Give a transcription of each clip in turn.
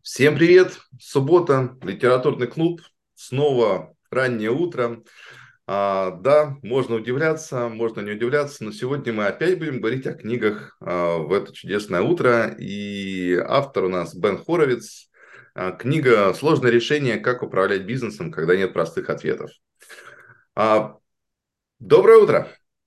Всем привет! Суббота, литературный клуб, снова раннее утро. Да, можно удивляться, можно не удивляться, но сегодня мы опять будем говорить о книгах в это чудесное утро. И автор у нас Бен Хоровиц. Книга «Сложное решение. Как управлять бизнесом, когда нет простых ответов». А, Доброе утро!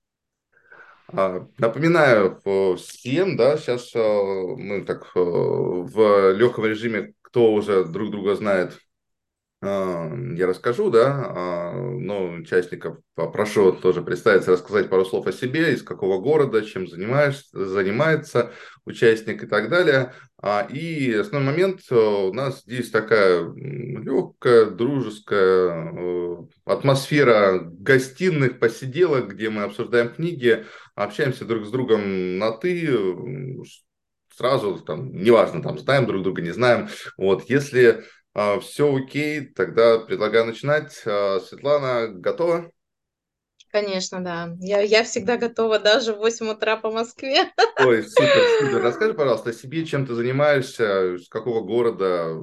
Напоминаю всем, да, сейчас мы так в легком режиме, кто уже друг друга знает. Я расскажу, да, но участников попрошу тоже представиться, рассказать пару слов о себе, из какого города, чем занимается участник и так далее. И основной момент у нас здесь такая легкая, дружеская атмосфера гостиных, посиделок, где мы обсуждаем книги, общаемся друг с другом на «ты», сразу, там, неважно, там, знаем друг друга, не знаем. Вот, если все окей, тогда предлагаю начинать. Светлана, готова? Конечно, да. Я всегда готова даже в 8 утра по Москве. Ой, супер, супер. Расскажи, пожалуйста, о себе, чем ты занимаешься, с какого города,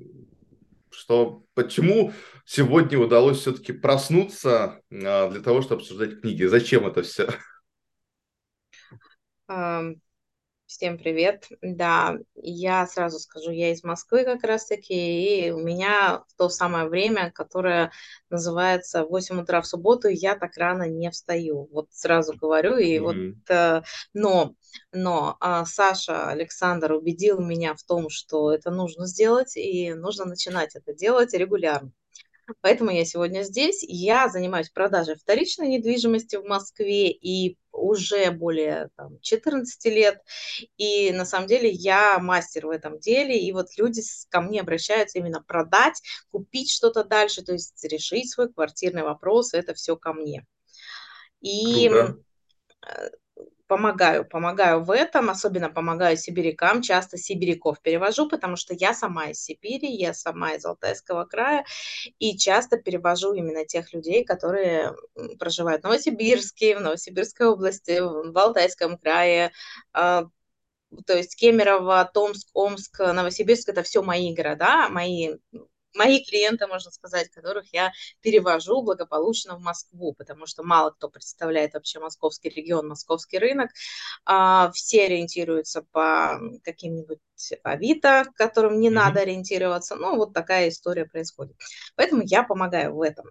почему сегодня удалось все-таки проснуться для того, чтобы обсуждать книги? Зачем это все? Ам, Всем привет. Да, я сразу скажу, я из Москвы как раз-таки, и у меня в то самое время, которое называется 8 утра в субботу, я так рано не встаю. Вот сразу говорю, и вот Мгм. э, но, но Саша Александр убедил меня в том, что это нужно сделать, и нужно начинать это делать регулярно. Поэтому я сегодня здесь. Я занимаюсь продажей вторичной недвижимости в Москве и уже более 14 лет. И на самом деле я мастер в этом деле. И вот люди ко мне обращаются именно продать, купить что-то дальше, то есть решить свой квартирный вопрос. Это все ко мне. И Круто. помогаю в этом, особенно помогаю сибирякам, часто сибиряков перевожу, потому что я сама из Сибири, я сама из Алтайского края, и часто перевожу именно тех людей, которые проживают в Новосибирске, в Новосибирской области, в Алтайском крае, а, то есть Кемерово, Томск, Омск, Новосибирск — это все мои города, мои клиенты, можно сказать, которых я перевожу благополучно в Москву, потому что мало кто представляет вообще московский регион, московский рынок. Все ориентируются по каким-нибудь Авито, которым не надо Мгм. ориентироваться. Ну, вот такая история происходит. Поэтому я помогаю в этом.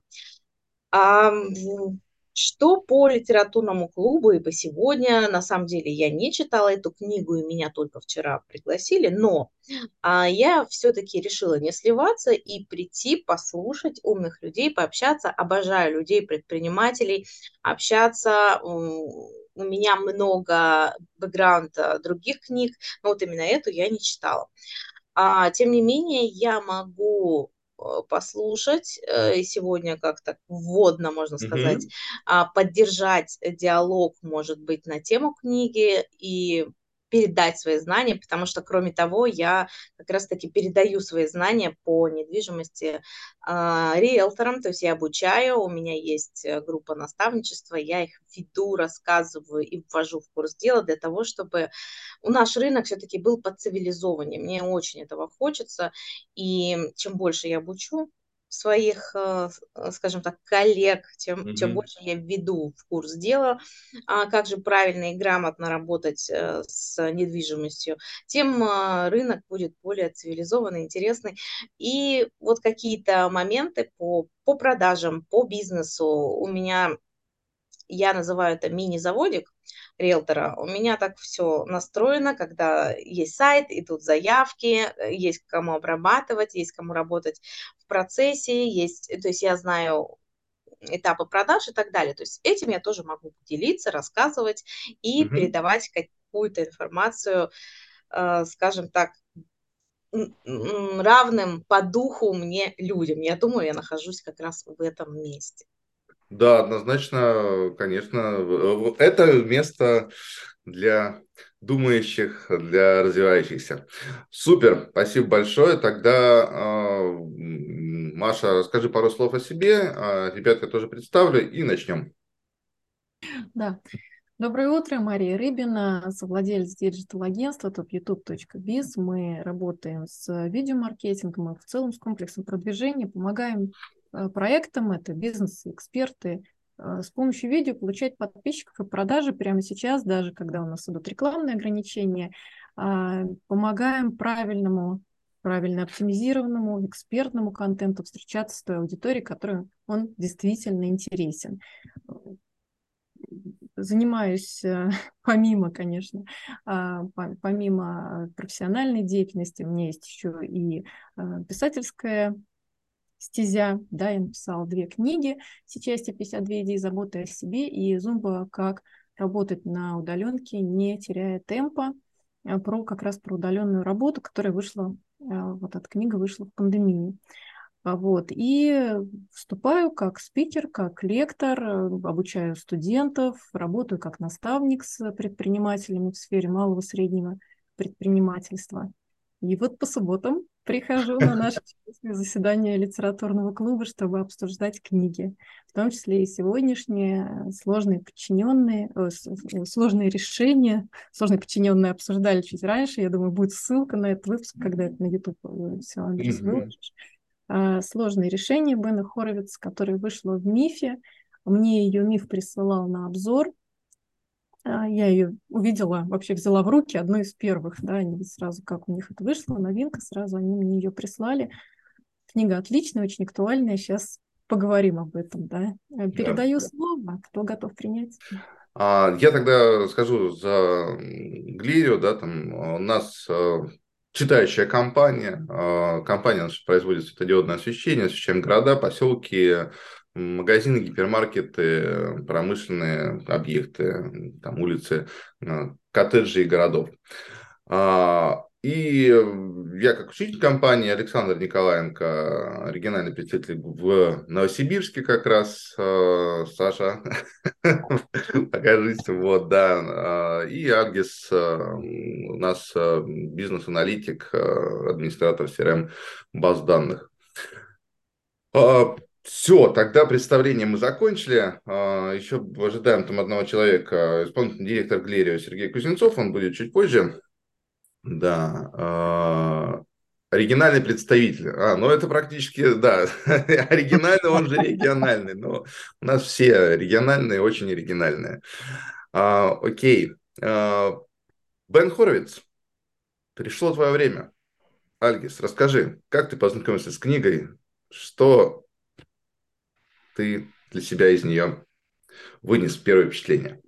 Что по литературному клубу и по сегодня, на самом деле я не читала эту книгу, и меня только вчера пригласили, но я все-таки решила не сливаться и прийти, послушать умных людей, пообщаться. Обожаю людей, предпринимателей, общаться. У меня много бэкграунда других книг, но вот именно эту я не читала. Тем не менее, я могу послушать и сегодня как-то вводно, можно сказать, Мгм. поддержать диалог, может быть, на тему книги и передать свои знания, потому что, кроме того, я как раз-таки передаю свои знания по недвижимости риэлторам, то есть я обучаю, у меня есть группа наставничества, я их веду, рассказываю и ввожу в курс дела для того, чтобы наш рынок все-таки был поцивилизованнее. Мне очень этого хочется. И чем больше я обучу своих, скажем так, коллег, тем Мгм. больше я введу в курс дела, как же правильно и грамотно работать с недвижимостью, тем рынок будет более цивилизованный, интересный. И вот какие-то моменты по продажам, по бизнесу у меня, я называю это мини-заводик риэлтора. У меня так все настроено, когда есть сайт, идут заявки, есть кому обрабатывать, есть кому работать в процессе, есть, то есть я знаю этапы продаж и так далее. То есть этим я тоже могу делиться, рассказывать и Мгм. передавать какую-то информацию, скажем так, равным по духу мне людям. Я думаю, я нахожусь как раз в этом месте. Да, однозначно, конечно, это место для думающих, для развивающихся. Супер, спасибо большое. Тогда, Маша, расскажи пару слов о себе, ребят я тоже представлю и начнем. Да. Доброе утро, Мария Рыбина, совладелец диджитал-агентства topyoutube.biz. Мы работаем с видеомаркетингом и в целом с комплексом продвижения, помогаем проектам, это бизнес-эксперты, с помощью видео получать подписчиков и продажи прямо сейчас, даже когда у нас идут рекламные ограничения. Помогаем правильно оптимизированному, экспертному контенту встречаться с той аудиторией, которой он действительно интересен. Занимаюсь помимо, конечно, помимо профессиональной деятельности, у меня есть еще и писательская стезя. Да, я написала 2 книги сейчас, 52 идеи заботы о себе и Зумба, как работать на удаленке, не теряя темпа, как раз про удаленную работу, которая вышла, вот эта книга вышла в пандемии. Вот. И вступаю как спикер, как лектор, обучаю студентов, работаю как наставник с предпринимателями в сфере малого и среднего предпринимательства. И вот по субботам прихожу на наше заседание литературного клуба, чтобы обсуждать книги, в том числе и сегодняшние сложные подчиненные, сложные решения, сложные подчиненные обсуждали чуть раньше. Я думаю, будет ссылка на этот выпуск, когда это на YouTube все, Андрес, Мгм. выложишь. Сложные решения Бена Хоровиц, которая вышла в МИФе. Мне ее МИФ присылал на обзор. Я ее увидела, вообще взяла в руки, одну из первых, да, они сразу, как у них это вышло, новинка, сразу они мне ее прислали. Книга отличная, очень актуальная, сейчас поговорим об этом, да. Да. Передаю слово, кто готов принять. Я тогда скажу за Глирио, да, там у нас читающая компания, компания наша производит светодиодное освещение, освещаем города, поселки, магазины, гипермаркеты, промышленные объекты, там улицы, коттеджи и городов. И я как учитель компании Александр Николаенко, региональный представитель в Новосибирске как раз, Саша, покажись, вот, да, и Альгис, у нас бизнес-аналитик, администратор CRM баз данных. Все, тогда представление мы закончили. Еще ожидаем там одного человека, исполнительный директор Глерио Сергей Кузнецов, он будет чуть позже. Да. Оригинальный представитель. Ну это практически, да, оригинальный, он же региональный. Но у нас все региональные, очень оригинальные. Окей. Бен Хоровиц, пришло твое время. Альгис, расскажи, как ты познакомился с книгой, что ты для себя из нее вынес первое впечатление?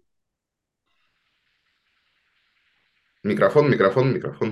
Микрофон, микрофон, микрофон.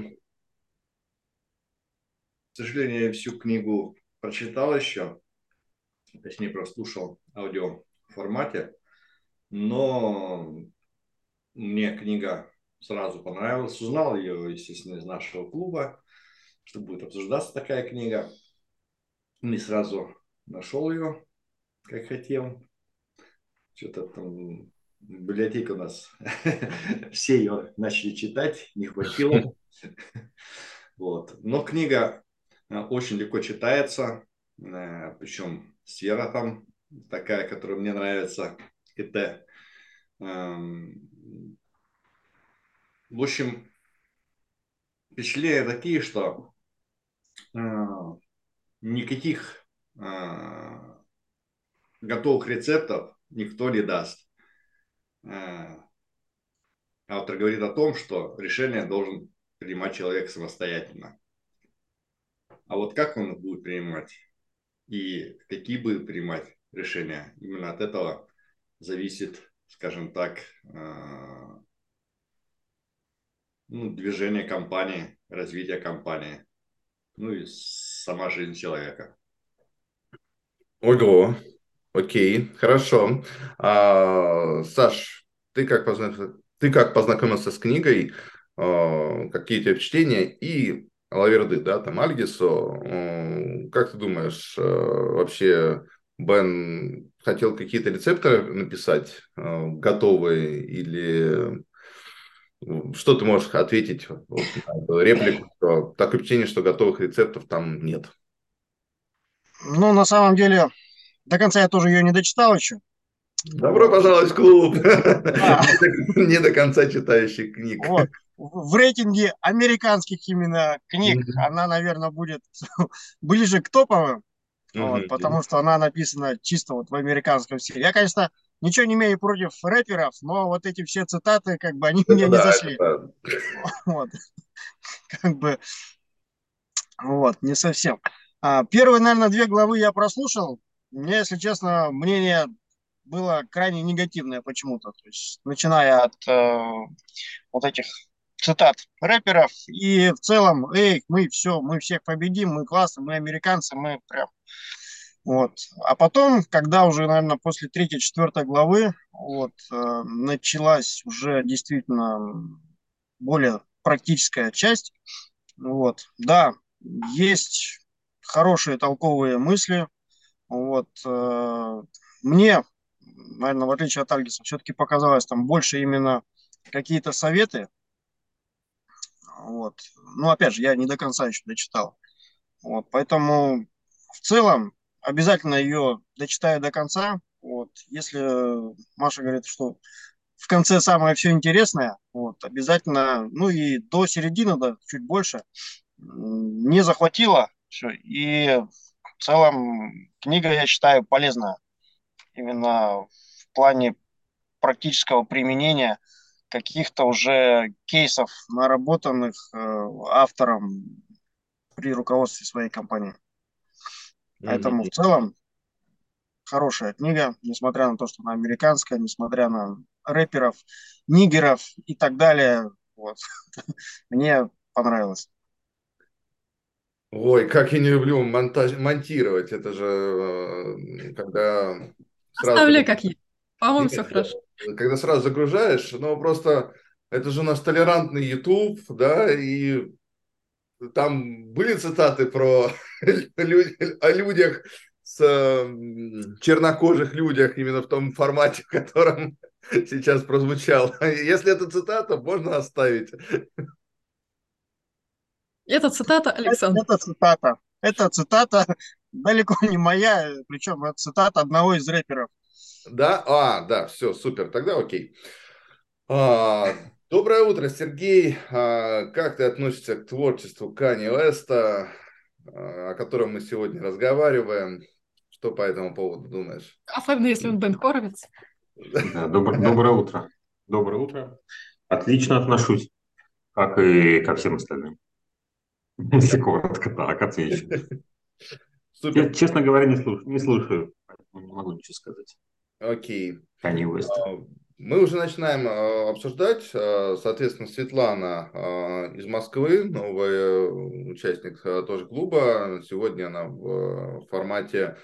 К сожалению, я всю книгу прочитал еще, точнее, прослушал аудио в формате, но мне книга сразу понравилась. Узнал ее, естественно, из нашего клуба, что будет обсуждаться такая книга. Не сразу нашел ее, как хотел. Что-то там библиотека у нас, все ее начали читать, не хватило. Вот. Но книга очень легко читается, причем сфера там такая, которая мне нравится. Это, в общем, впечатления такие, что никаких готовых рецептов никто не даст. Автор говорит о том, что решение должен принимать человек самостоятельно. А вот как он будет принимать и какие будет принимать решения, именно от этого зависит, скажем так, движение компании, развитие компании, ну и сама жизнь человека. Ого, окей, хорошо. Саш, ты как познакомился с книгой, какие у тебя впечатления и Лаверды, да, там Альгисо, как ты думаешь, вообще Бен хотел какие-то рецепты написать готовые или что ты можешь ответить вот на эту реплику, что такое впечатление, что готовых рецептов там нет? Ну, на самом деле, до конца я тоже ее не дочитал еще. Добро Вот. пожаловать в клуб Да, не до конца читающих книг. вот. В рейтинге американских именно книг Мгм. она, наверное, будет ближе к топовым, вот, Мгм. потому что она написана чисто вот в американском стиле. Я, конечно, ничего не имею против рэперов, но вот эти все цитаты, как бы, они мне Это не да, это зашли. да. Вот, как бы, вот, не совсем. Первые, наверное, две главы я прослушал. Мне, если честно, мнение было крайне негативное почему-то. То есть, начиная от вот этих цитат рэперов и в целом, эй, мы все, мы всех победим, мы классно, мы американцы, мы прям вот. А потом, когда уже, наверное, после третьей, четвертой главы вот, началась уже действительно более практическая часть, вот, да, есть хорошие толковые мысли, вот, мне, наверное, в отличие от Альгиса, все-таки показалось там больше именно какие-то советы, вот, ну, опять же, я не до конца еще дочитал, вот, поэтому в целом обязательно ее дочитаю до конца. Вот, если Маша говорит, что в конце самое все интересное, вот, обязательно, ну и до середины, да, чуть больше, не захватило все. И в целом книга, я считаю, полезная именно в плане практического применения каких-то уже кейсов, наработанных автором при руководстве своей компании. Поэтому в Мгм. целом хорошая книга, несмотря на то, что она американская, несмотря на рэперов, нигеров и так далее. Вот. Мне понравилось. Ой, как я не люблю монтировать. Это же когда сразу, Оставляй как есть. По-моему, все нет, хорошо. когда сразу загружаешь, ну просто это же у нас толерантный YouTube, да, и там были цитаты про о людях с чернокожих людях именно в том формате, в котором сейчас прозвучал. Если это цитата, можно оставить. Это цитата Александра. Это цитата. Это цитата далеко не моя, причем это цитата одного из рэперов. Да? Да, все, супер, тогда окей. Доброе утро, Сергей. Как ты относишься к творчеству Канье Уэста, о котором мы сегодня разговариваем? Что по этому поводу думаешь? Особенно, если он Бен Хоровиц. Да, доброе утро. Доброе утро. Отлично отношусь, как и ко всем остальным. Если коротко, так отвечу. Супер, Честно говоря, не слушаю, поэтому не могу ничего сказать. окей. Канье Уэста. Мы уже начинаем обсуждать. Соответственно, Светлана из Москвы, новый участник тоже клуба. Сегодня она в формате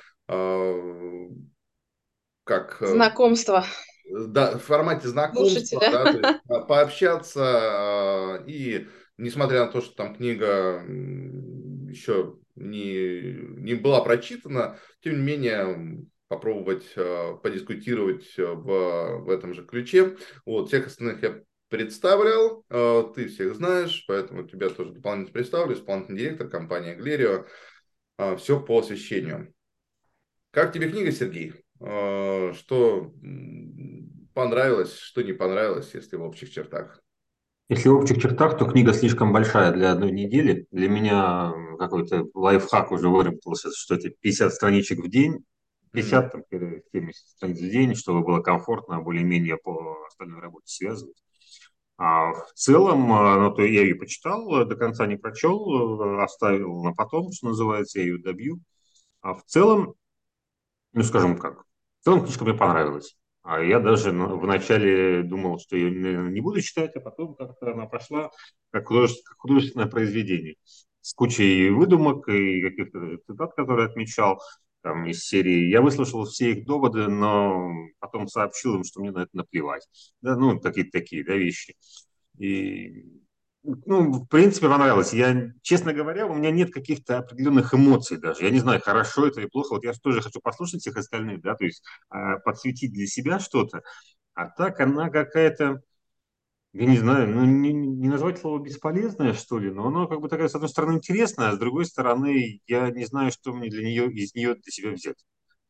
как Знакомство да, в формате знакомства, слушателя. да, то есть пообщаться, и несмотря на то, что там книга еще не была прочитана, тем не менее попробовать подискутировать в этом же ключе. Вот, всех остальных я представлял, ты всех знаешь, поэтому тебя тоже дополнительно представлю, исполнительный директор компании Глерио, все по освещению. Как тебе книга, Сергей? Что понравилось, что не понравилось, если в общих чертах? Если в общих чертах, то книга слишком большая для одной недели. Для меня какой-то лайфхак уже выработался, что это 50 страничек в день, Мгм. 50-70 страниц в день, чтобы было комфортно более-менее по остальной работе связывать. А в целом, ну, то я ее почитал, до конца не прочел, оставил на потом, что называется, я ее добью. А в целом, ну, скажем как, в целом книжка мне понравилась. А я даже вначале думал, что ее, наверное, не буду читать, а потом как-то она пошла как художественное произведение с кучей выдумок и каких-то даже цитат, которые отмечал там, из серии. Я выслушал все их доводы, но потом сообщил им, что мне на это наплевать. Да, ну, какие-то такие, да, вещи. И, ну, в принципе, понравилось. Я, честно говоря, у меня нет каких-то определенных эмоций даже. Я не знаю, хорошо это или плохо. Вот я тоже хочу послушать всех остальных, да, то есть подсветить для себя что-то. А так она какая-то, я не знаю, ну, не назвать слово бесполезная, что ли, но она как бы такая, с одной стороны, интересная, а с другой стороны, я не знаю, что мне для нее, из нее для себя взять.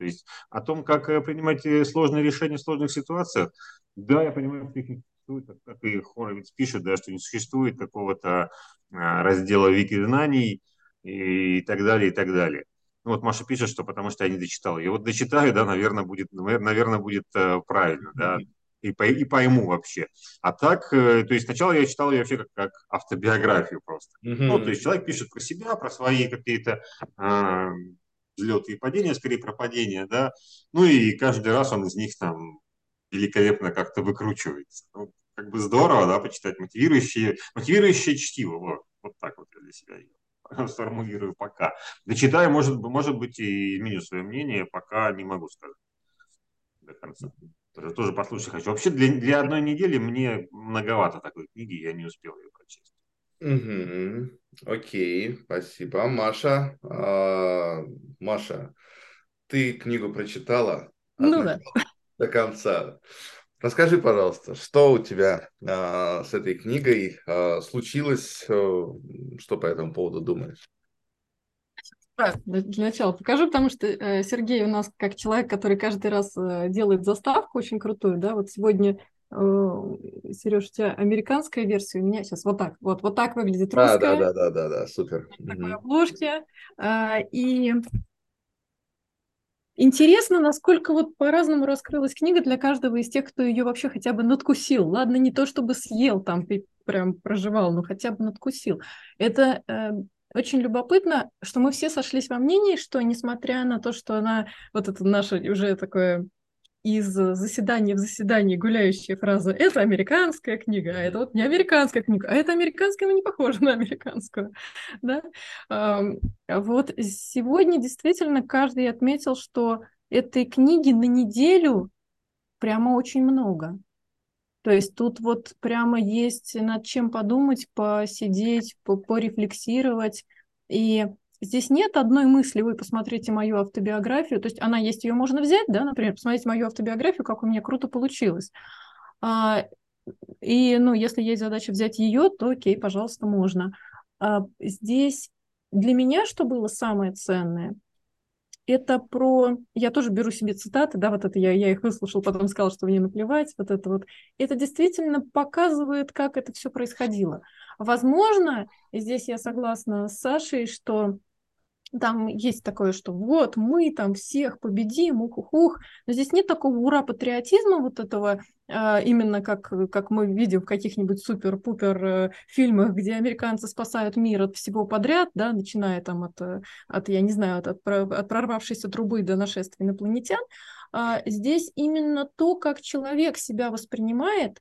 То есть о том, как принимать сложные решения в сложных ситуациях, да, я понимаю, что их не существует, как и Хоровиц пишет, да, что не существует какого-то раздела вики знаний и так далее, и так далее. Ну, вот Маша пишет, что потому что я не дочитал. Я вот дочитаю, да, наверное, будет правильно, да, и пойму вообще. А так, то есть сначала я читал ее вообще как автобиографию просто. Ну, то есть человек пишет про себя, про свои какие-то взлеты и падения, скорее про падения, да, ну и каждый раз он из них там великолепно как-то выкручивается. Ну, как бы здорово, да, почитать мотивирующее чтиво, вот так вот я для себя ее сформулирую пока. Дочитаю, может быть, и изменю свое мнение, пока не могу сказать до конца. Тоже послушать хочу. Вообще для одной недели мне многовато такой книги, я не успел ее прочесть. Мгм. Окей, спасибо. Маша, Маша, ты книгу прочитала от Ну да. начала до конца. Расскажи, пожалуйста, что у тебя с этой книгой случилось, что по этому поводу думаешь? Так, для начала покажу, потому что Сергей у нас как человек, который каждый раз делает заставку очень крутую, да, вот сегодня, Сереж, у тебя американская версия, у меня сейчас вот так выглядит Да, да, русская, да, да, да, да, супер. в такой Мгм. обложке, и интересно, насколько вот по-разному раскрылась книга для каждого из тех, кто ее вообще хотя бы надкусил. Ладно, не то чтобы съел там, прям проживал, но хотя бы надкусил. Это очень любопытно, что мы все сошлись во мнении, что несмотря на то, что она, вот это наше уже такое из заседания в заседание гуляющая фраза «это американская книга», а это вот не американская книга, а это американская, но не похожа на американскую. Да? Вот сегодня действительно каждый отметил, что этой книги на неделю прямо очень много. То есть тут вот прямо есть над чем подумать, посидеть, порефлексировать. И здесь нет одной мысли, вы посмотрите мою автобиографию, то есть она есть, ее можно взять, да, например, посмотрите мою автобиографию, как у меня круто получилось. А, и, ну, если есть задача взять ее, то окей, пожалуйста, можно. Здесь для меня что было самое ценное? Это про... Я тоже беру себе цитаты, да, вот это я их выслушал, потом сказала, что мне наплевать, вот это вот. Это действительно показывает, как это все происходило. Возможно, и здесь я согласна с Сашей, что там есть такое, что вот мы там всех победим, ух-ух-ух. Но здесь нет такого ура-патриотизма вот этого, именно как мы видим в каких-нибудь супер-пупер фильмах, где американцы спасают мир от всего подряд, да, начиная там от я не знаю, от прорвавшейся трубы до нашествия инопланетян. Здесь именно то, как человек себя воспринимает,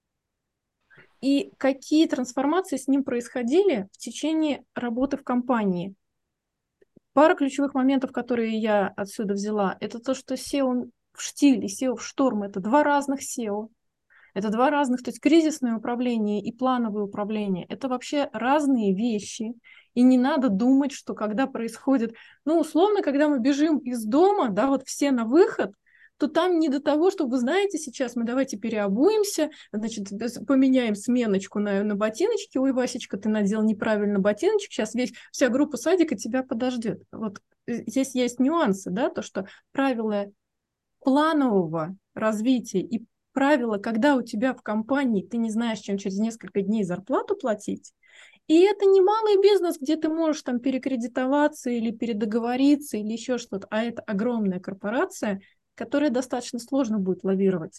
и какие трансформации с ним происходили в течение работы в компании. Пара ключевых моментов, которые я отсюда взяла, это то, что SEO в штиль и SEO в шторм – это два разных SEO. Это два разных, то есть кризисное управление и плановое управление – это вообще разные вещи. И не надо думать, что когда происходит, ну, условно, когда мы бежим из дома, да, вот все на выход, то там не до того, что, вы знаете, сейчас мы давайте переобуемся, значит, поменяем сменочку на ботиночки. Ой, Васечка, ты надел неправильно ботиночек, сейчас вся группа садика тебя подождет. Вот здесь есть нюансы, да, то, что правила планового развития и правила, когда у тебя в компании ты не знаешь, чем через несколько дней зарплату платить, и это не малый бизнес, где ты можешь там перекредитоваться или передоговориться или еще что-то, а это огромная корпорация, которая достаточно сложно будет лавировать.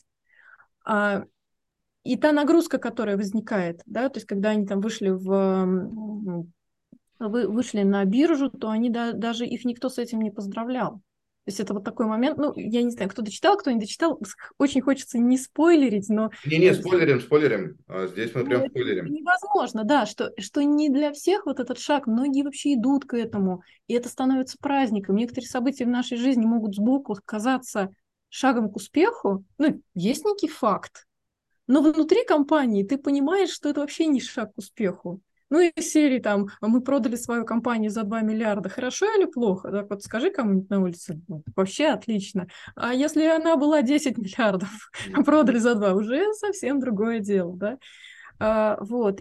И та нагрузка, которая возникает, да, то есть когда они там вышли на биржу, то они даже их никто с этим не поздравлял. То есть это вот такой момент, ну, я не знаю, кто дочитал, кто не дочитал, очень хочется не спойлерить, но... Не-не, спойлерим. Здесь мы Ну, прям это спойлерим. невозможно, да, что не для всех вот этот шаг, многие вообще идут к этому, и это становится праздником. Некоторые события в нашей жизни могут сбоку казаться шагом к успеху, ну, есть некий факт, но внутри компании ты понимаешь, что это вообще не шаг к успеху. Ну, из серии там, мы продали свою компанию за 2 миллиарда, хорошо или плохо? Так вот скажи кому-нибудь на улице, ну, вообще отлично. А если она была 10 миллиардов, продали за 2, уже совсем другое дело, да? Вот,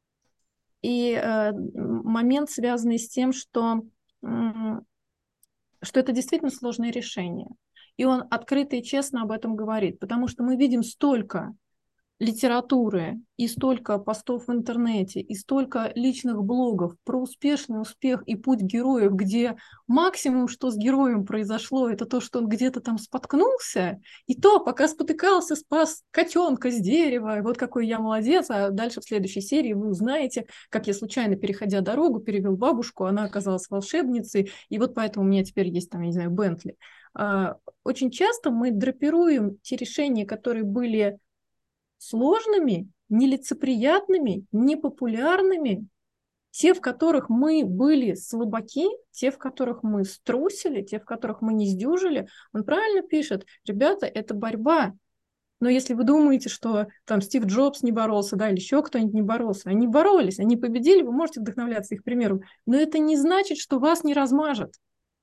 и момент, связанный с тем, что что это действительно сложное решение. И он открыто и честно об этом говорит, потому что мы видим столько литературы и столько постов в интернете, и столько личных блогов про успешный успех и путь героев, где максимум, что с героем произошло, это то, что он где-то там споткнулся, и то, пока спотыкался, спас котенка с дерева, и вот какой я молодец, а дальше в следующей серии вы узнаете, как я случайно, переходя дорогу, перевел бабушку, она оказалась волшебницей, и вот поэтому у меня теперь есть там, я не знаю, Бентли. Очень часто мы драпируем те решения, которые были сложными, нелицеприятными, непопулярными, те, в которых мы были слабаки, те, в которых мы струсили, те, в которых мы не сдюжили. Он правильно пишет: ребята, это борьба. Но если вы думаете, что там Стив Джобс не боролся, да, или еще кто-нибудь не боролся, они боролись, они победили, вы можете вдохновляться их примером, но это не значит, что вас не размажет.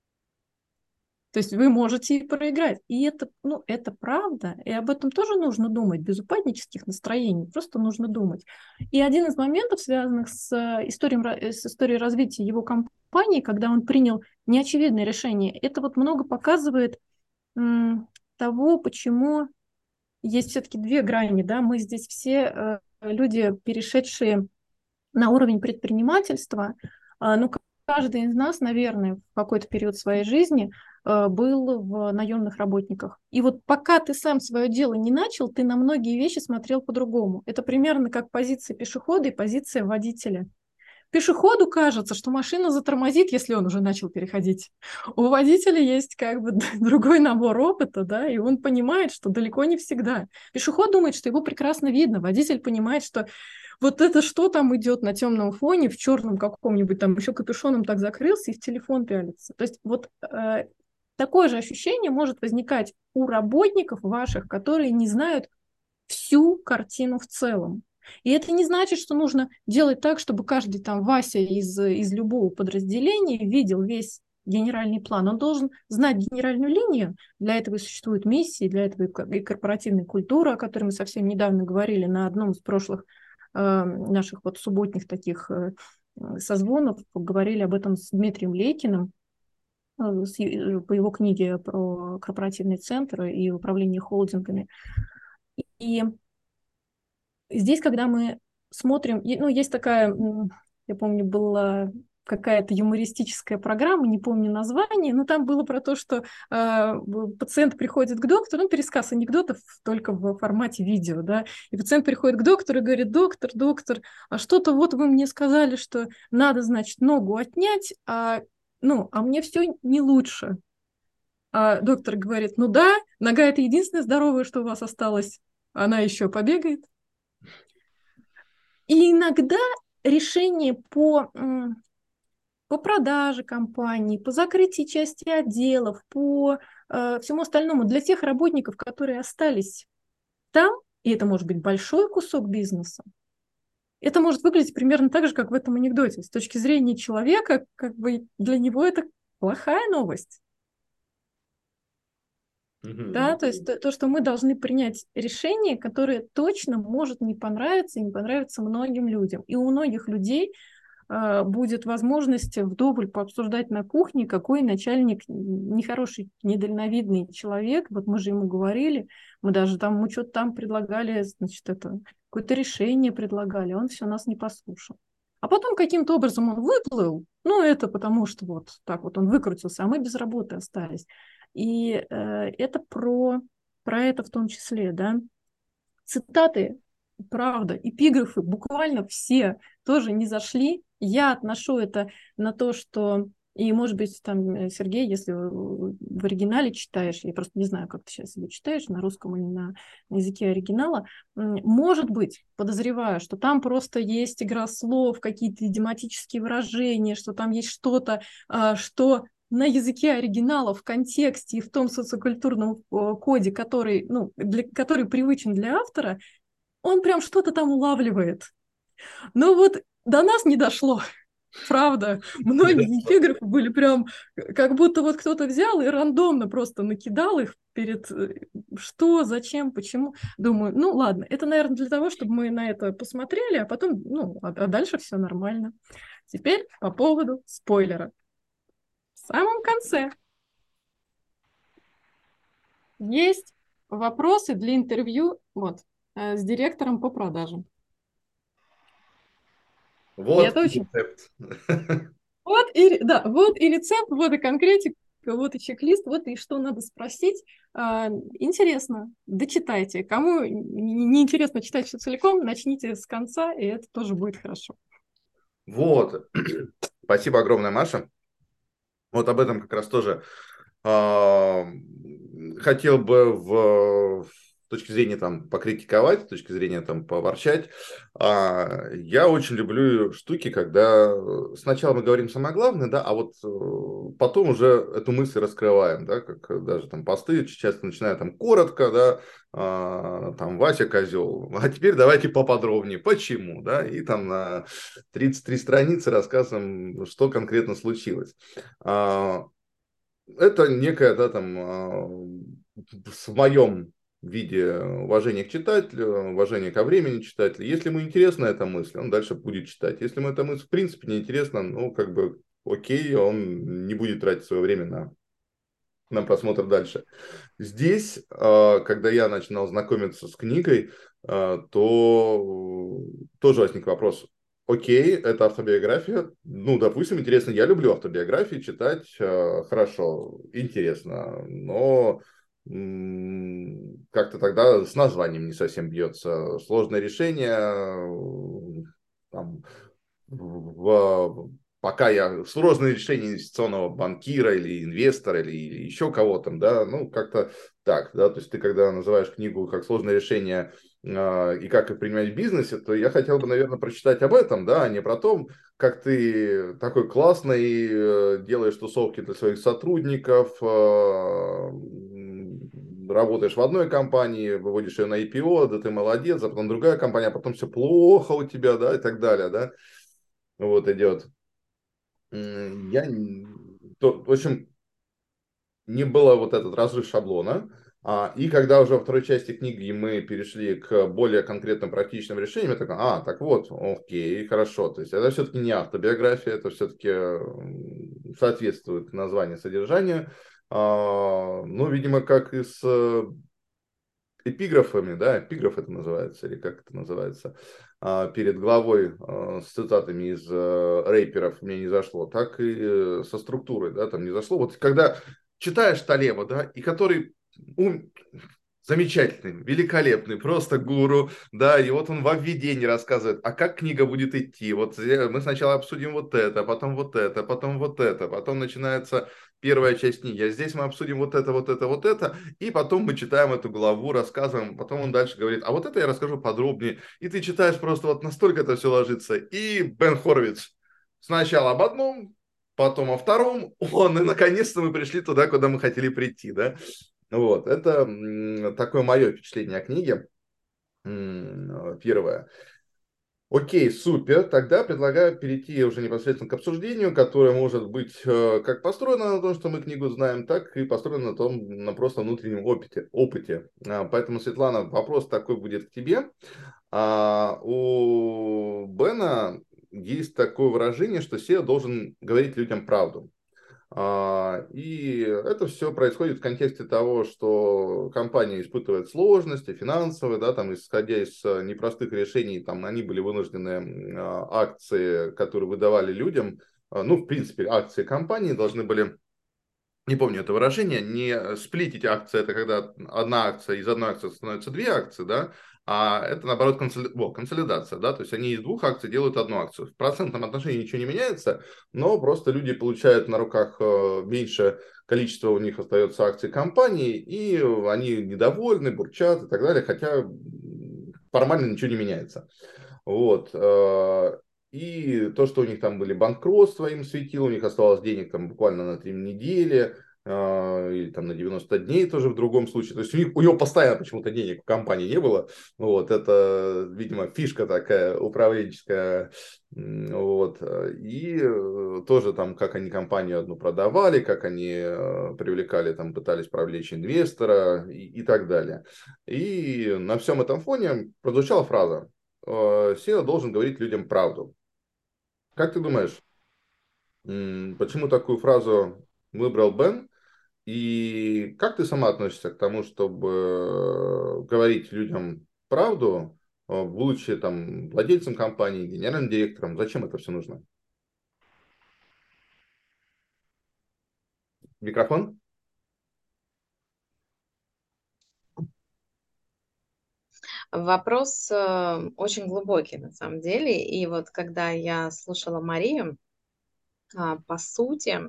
То есть вы можете и проиграть. И это, ну, это правда. И об этом тоже нужно думать, без упаднических настроений. Просто нужно думать. И один из моментов, связанных с историей развития его компании, когда он принял неочевидное решение, это вот много показывает того, почему есть все-таки две грани. Да? Мы здесь все люди, перешедшие на уровень предпринимательства, ну, каждый из нас, наверное, в какой-то период своей жизни был в наемных работниках. И вот пока ты сам свое дело не начал, ты на многие вещи смотрел по-другому. Это примерно как позиция пешехода и позиция водителя. Пешеходу кажется, что машина затормозит, если он уже начал переходить. У водителя есть как бы другой набор опыта, да, и он понимает, что далеко не всегда. Пешеход думает, что его прекрасно видно. Водитель понимает, что вот это что там идет на темном фоне, в черном каком-нибудь там еще капюшоном так закрылся и в телефон пялится. То есть вот такое же ощущение может возникать у работников ваших, которые не знают всю картину в целом. И это не значит, что нужно делать так, чтобы каждый там Вася из любого подразделения видел весь генеральный план. Он должен знать генеральную линию. Для этого и существуют миссии, для этого и корпоративная культура, о которой мы совсем недавно говорили на одном из прошлых наших вот субботних таких созвонов. Говорили об этом с Дмитрием Лейкиным по его книге про корпоративные центры и управление холдингами. И здесь, когда мы смотрим, ну, есть такая, я помню, была какая-то юмористическая программа, не помню название, но там было про то, что пациент приходит к доктору, ну, пересказ анекдотов только в формате видео, да, и пациент приходит к доктору и говорит: доктор, а что-то вот вы мне сказали, что надо, значит, ногу отнять, а мне все не лучше. А доктор говорит: ну да, нога – это единственное здоровое, что у вас осталось, она еще побегает. И иногда решение по продаже компании, по закрытии части отделов, по всему остальному для тех работников, которые остались там, и это может быть большой кусок бизнеса, это может выглядеть примерно так же, как в этом анекдоте. С точки зрения человека, как бы для него это плохая новость. Да, то есть то, что мы должны принять решение, которое точно может не понравиться и не понравиться многим людям. И у многих людей будет возможность вдоволь пообсуждать на кухне, какой начальник нехороший, недальновидный человек. Вот мы же ему говорили, мы что-то там предлагали, значит, это какое-то решение предлагали, он все нас не послушал. А потом каким-то образом он выплыл, это потому что вот так вот он выкрутился, а мы без работы остались. И это про это в том числе, да. Цитаты, правда, эпиграфы буквально все тоже не зашли. Я отношу это на то, что, и, может быть, там, Сергей, если в оригинале читаешь, я просто не знаю, как ты сейчас его читаешь, на русском или на языке оригинала, может быть, подозреваю, что там просто есть игра слов, какие-то идиоматические выражения, что там есть что-то, что на языке оригинала, в контексте и в том социокультурном коде, который привычен для автора, он прям что-то там улавливает. Но вот до нас не дошло. Правда, многие эпиграфы были прям, как будто вот кто-то взял и рандомно просто накидал их перед что, зачем, почему. Думаю, ладно, это, наверное, для того, чтобы мы на это посмотрели, а потом, а дальше все нормально. Теперь по поводу спойлера. В самом конце Есть вопросы для интервью вот, с директором по продажам. И Вот это очень... рецепт. Вот и, да, вот и рецепт, вот и конкретика, вот и чек-лист, вот и что надо спросить. Интересно, дочитайте. Кому не интересно читать все целиком, начните с конца, и это тоже будет хорошо. Вот. Спасибо огромное, Маша. Вот об этом как раз тоже а, хотел бы с точки зрения там покритиковать, с точки зрения там поворчать. Я очень люблю штуки, когда сначала мы говорим самое главное, да, а вот потом уже эту мысль раскрываем, да, как даже там посты часто начинают там коротко, да, там Вася козел, а теперь давайте поподробнее, почему, да, и там на 33 страницы рассказываем, что конкретно случилось. Это некое, да, там, в моем виде уважение к читателю, уважение ко времени читателя. Если ему интересна эта мысль, он дальше будет читать. Если ему эта мысль в принципе не интересна, ну, как бы, окей, он не будет тратить свое время на просмотр дальше. Здесь, когда я начинал знакомиться с книгой, то тоже возник вопрос. Окей, это автобиография. Ну, допустим, интересно, я люблю автобиографии читать, хорошо, интересно, но как-то тогда с названием не совсем бьется. Сложное решение, там, пока я сложное решение инвестиционного банкира или инвестора или еще кого-то, да, ну, как-то так, да, то есть ты когда называешь книгу как сложное решение и как их принимать в бизнесе, то я хотел бы, наверное, прочитать об этом, да, а не про то, как ты такой классный, делаешь тусовки для своих сотрудников, работаешь в одной компании, выводишь ее на IPO, да ты молодец, а потом другая компания, а потом все плохо у тебя, да, и так далее, да, вот идет. В общем, не было вот этот разрыв шаблона. И когда уже во второй части книги мы перешли к более конкретным практичным решениям, я такой, так вот, окей, хорошо. То есть это все-таки не автобиография, это все-таки соответствует названию, содержанию. Ну, видимо, как и с эпиграфами, да, эпиграф это называется, или как это называется, перед главой с цитатами из рэперов мне не зашло, так и со структурой, да, там не зашло. Вот когда читаешь Талеба, да, и который замечательный, великолепный, просто гуру, да, и вот он во введении рассказывает, а как книга будет идти, вот мы сначала обсудим вот это, потом вот это, потом вот это, потом начинается первая часть книги, а здесь мы обсудим вот это, вот это, вот это, и потом мы читаем эту главу, рассказываем, потом он дальше говорит, а вот это я расскажу подробнее, и ты читаешь просто вот настолько это все ложится, и Бен Хоровиц сначала об одном, потом о втором, и наконец-то мы пришли туда, куда мы хотели прийти, да. Вот, это такое мое впечатление о книге. Первое. Окей, супер. Тогда предлагаю перейти уже непосредственно к обсуждению, которое может быть как построено на том, что мы книгу знаем, так и построено на просто внутреннем опыте. Поэтому, Светлана, вопрос такой будет к тебе. У Бена есть такое выражение, что SEO должен говорить людям правду. И это все происходит в контексте того, что компания испытывает сложности финансовые, да, там, исходя из непростых решений, там, они были вынуждены акции, которые выдавали людям, ну, в принципе, акции компании должны были, не помню это выражение, не сплитить акции, это когда одна акция, из одной акции становятся две акции, да, а это, наоборот, консолидация, да, то есть они из двух акций делают одну акцию. В процентном отношении ничего не меняется, но просто люди получают на руках меньше количество у них остается акций компании, и они недовольны, бурчат и так далее, хотя формально ничего не меняется. Вот. И то, что у них там были банкротства, им светило, у них оставалось денег там буквально на 3 недели, или там на 90 дней тоже в другом случае. То есть у него постоянно почему-то денег в компании не было. Вот, это, видимо, фишка такая управленческая. Вот. И тоже там, как они компанию одну продавали, как они привлекали, там, пытались привлечь инвестора и так далее. И на всем этом фоне прозвучала фраза: SEO должен говорить людям правду. Как ты думаешь, почему такую фразу выбрал Бен? И как ты сама относишься к тому, чтобы говорить людям правду, будучи там владельцем компании, генеральным директором? Зачем это все нужно? Микрофон? Вопрос очень глубокий на самом деле. И вот когда я слушала Марию, по сути,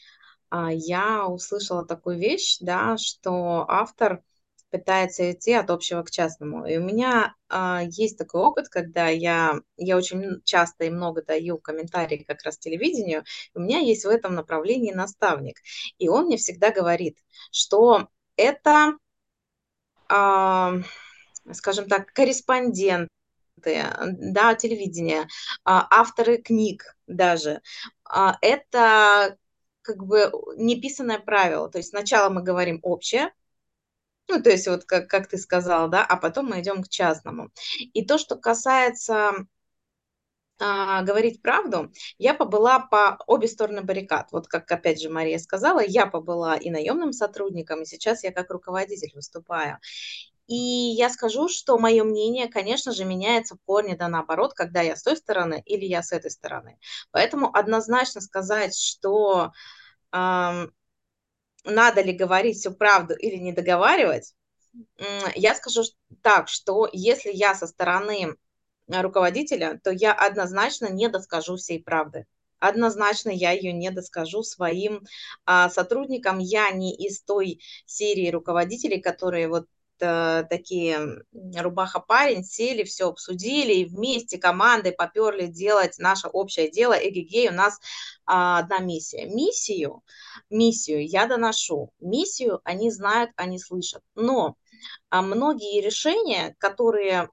я услышала такую вещь, да, что автор пытается идти от общего к частному. И у меня есть такой опыт, когда я очень часто и много даю комментарии как раз телевидению, у меня есть в этом направлении наставник. И он мне всегда говорит, что это, а, скажем так, корреспонденты, да, телевидения, авторы книг даже. Это как бы неписанное правило. То есть сначала мы говорим общее, ну, то есть вот как ты сказал, да, а потом мы идем к частному. И то, что касается говорить правду, я побыла по обе стороны баррикад. Вот как опять же Мария сказала, я побыла и наемным сотрудником, и сейчас я как руководитель выступаю. И я скажу, что мое мнение, конечно же, меняется в корне да наоборот, когда я с той стороны или я с этой стороны. Поэтому однозначно сказать, что ам, надо ли говорить всю правду или не договаривать, я скажу так, что если я со стороны руководителя, то я однозначно не доскажу всей правды. Однозначно я ее не доскажу своим сотрудникам. Я не из той серии руководителей, которые вот такие рубаха-парень, сели, все обсудили и вместе командой поперли делать наше общее дело. Эгегей, у нас одна миссия. Миссию я доношу. Миссию они знают, они слышат. Но многие решения, которые,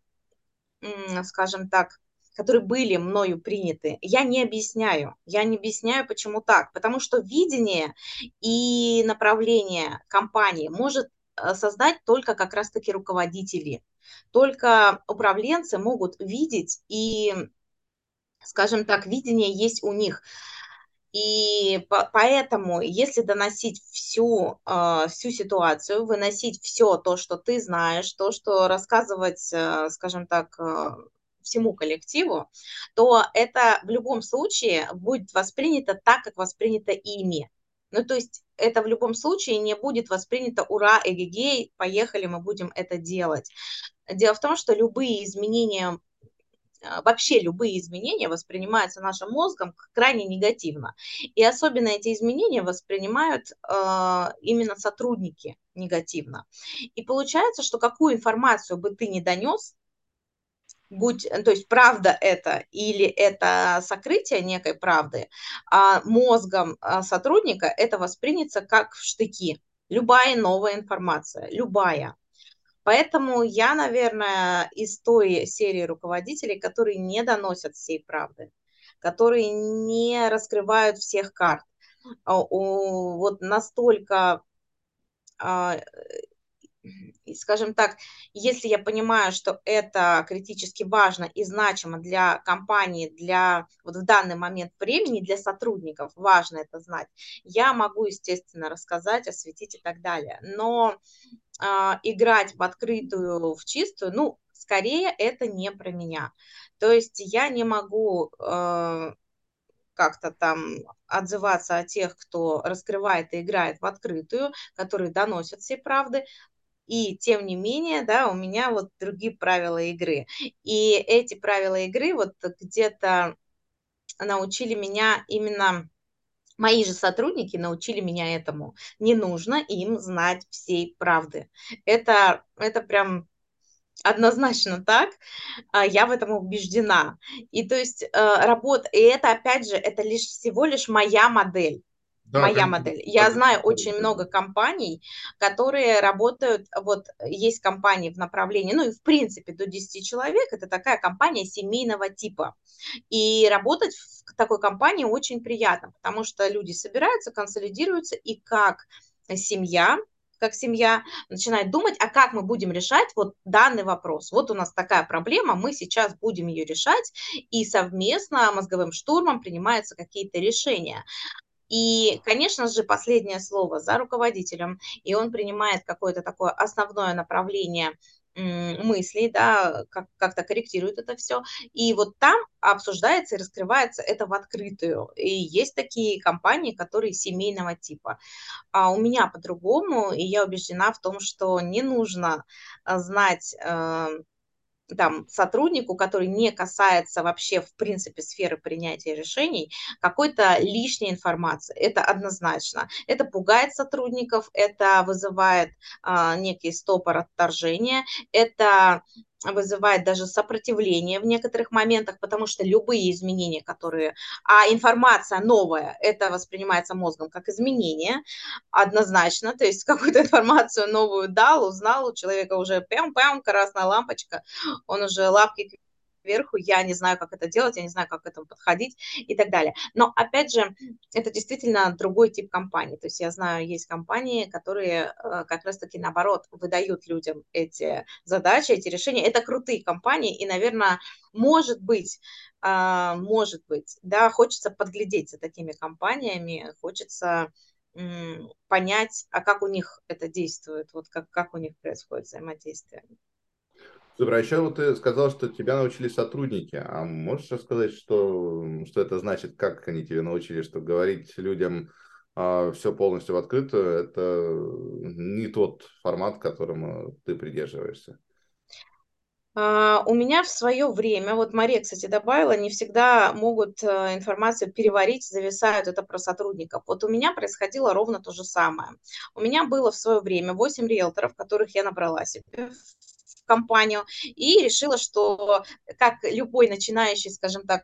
скажем так, которые были мною приняты, я не объясняю. Я не объясняю, почему так. Потому что видение и направление компании может создать только как раз-таки руководители. Только управленцы могут видеть и, скажем так, видение есть у них. И поэтому, если доносить всю ситуацию, выносить все то, что ты знаешь, то, что рассказывать, скажем так, всему коллективу, то это в любом случае будет воспринято так, как воспринято ими. Ну, то есть это в любом случае не будет воспринято «Ура, эгегей, поехали, мы будем это делать». Дело в том, что любые изменения вообще любые изменения воспринимаются нашим мозгом крайне негативно. И особенно эти изменения воспринимают именно сотрудники негативно. И получается, что какую информацию бы ты ни донес, то есть правда это или это сокрытие некой правды, мозгом сотрудника это воспринято как в штыки. Любая новая информация, любая. Поэтому я, наверное, из той серии руководителей, которые не доносят всей правды, которые не раскрывают всех карт. Вот настолько, скажем так, если я понимаю, что это критически важно и значимо для компании, для вот в данный момент времени, для сотрудников, важно это знать, я могу, естественно, рассказать, осветить и так далее. Но играть в открытую, в чистую, ну, скорее это не про меня. То есть я не могу как-то там отзываться о тех, кто раскрывает и играет в открытую, которые доносят все правды. И тем не менее, да, у меня вот другие правила игры. И эти правила игры вот где-то научили меня именно... Мои же сотрудники научили меня этому. Не нужно им знать всей правды. Это прям однозначно так. Я в этом убеждена. И то есть и это опять же, это лишь всего лишь моя модель. Да, Моя конечно. модель. Я знаю очень много компаний, которые работают, вот есть компании в направлении, ну и в принципе до 10 человек, это такая компания семейного типа. И работать в такой компании очень приятно, потому что люди собираются, консолидируются, и как семья начинает думать, а как мы будем решать вот данный вопрос. Вот у нас такая проблема, мы сейчас будем ее решать, и совместно мозговым штурмом принимаются какие-то решения. И, конечно же, последнее слово за руководителем, и он принимает какое-то такое основное направление мыслей, да, как-то корректирует это все. И вот там обсуждается и раскрывается это в открытую. И есть такие компании, которые семейного типа. А у меня по-другому, и я убеждена в том, что не нужно знать там сотруднику, который не касается вообще в принципе сферы принятия решений, какой-то лишней информации. Это однозначно. Это пугает сотрудников, это вызывает некий стопор отторжения, это вызывает даже сопротивление в некоторых моментах, потому что любые изменения, которые... А информация новая, это воспринимается мозгом как изменение, однозначно. То есть какую-то информацию новую дал, узнал, у человека уже пям-пям, красная лампочка, он уже лапки кверху, я не знаю, как это делать, я не знаю, как к этому подходить и так далее. Но, опять же, это действительно другой тип компании. То есть я знаю, есть компании, которые как раз-таки наоборот выдают людям эти задачи, эти решения. Это крутые компании, и, наверное, может быть, да, хочется подглядеть за такими компаниями, хочется понять, а как у них это действует, вот как у них происходит взаимодействие. Супер, а еще вот ты сказал, что тебя научили сотрудники. А можешь рассказать, что это значит, как они тебе научили, что говорить людям все полностью в открытую, это не тот формат, которому ты придерживаешься? У меня в свое время, вот Мария, кстати, добавила, не всегда могут информацию переварить, зависают это про сотрудников. Вот у меня происходило ровно то же самое. У меня было в свое время 8 риэлторов, которых я набрала себе в компанию, и решила, что как любой начинающий, скажем так,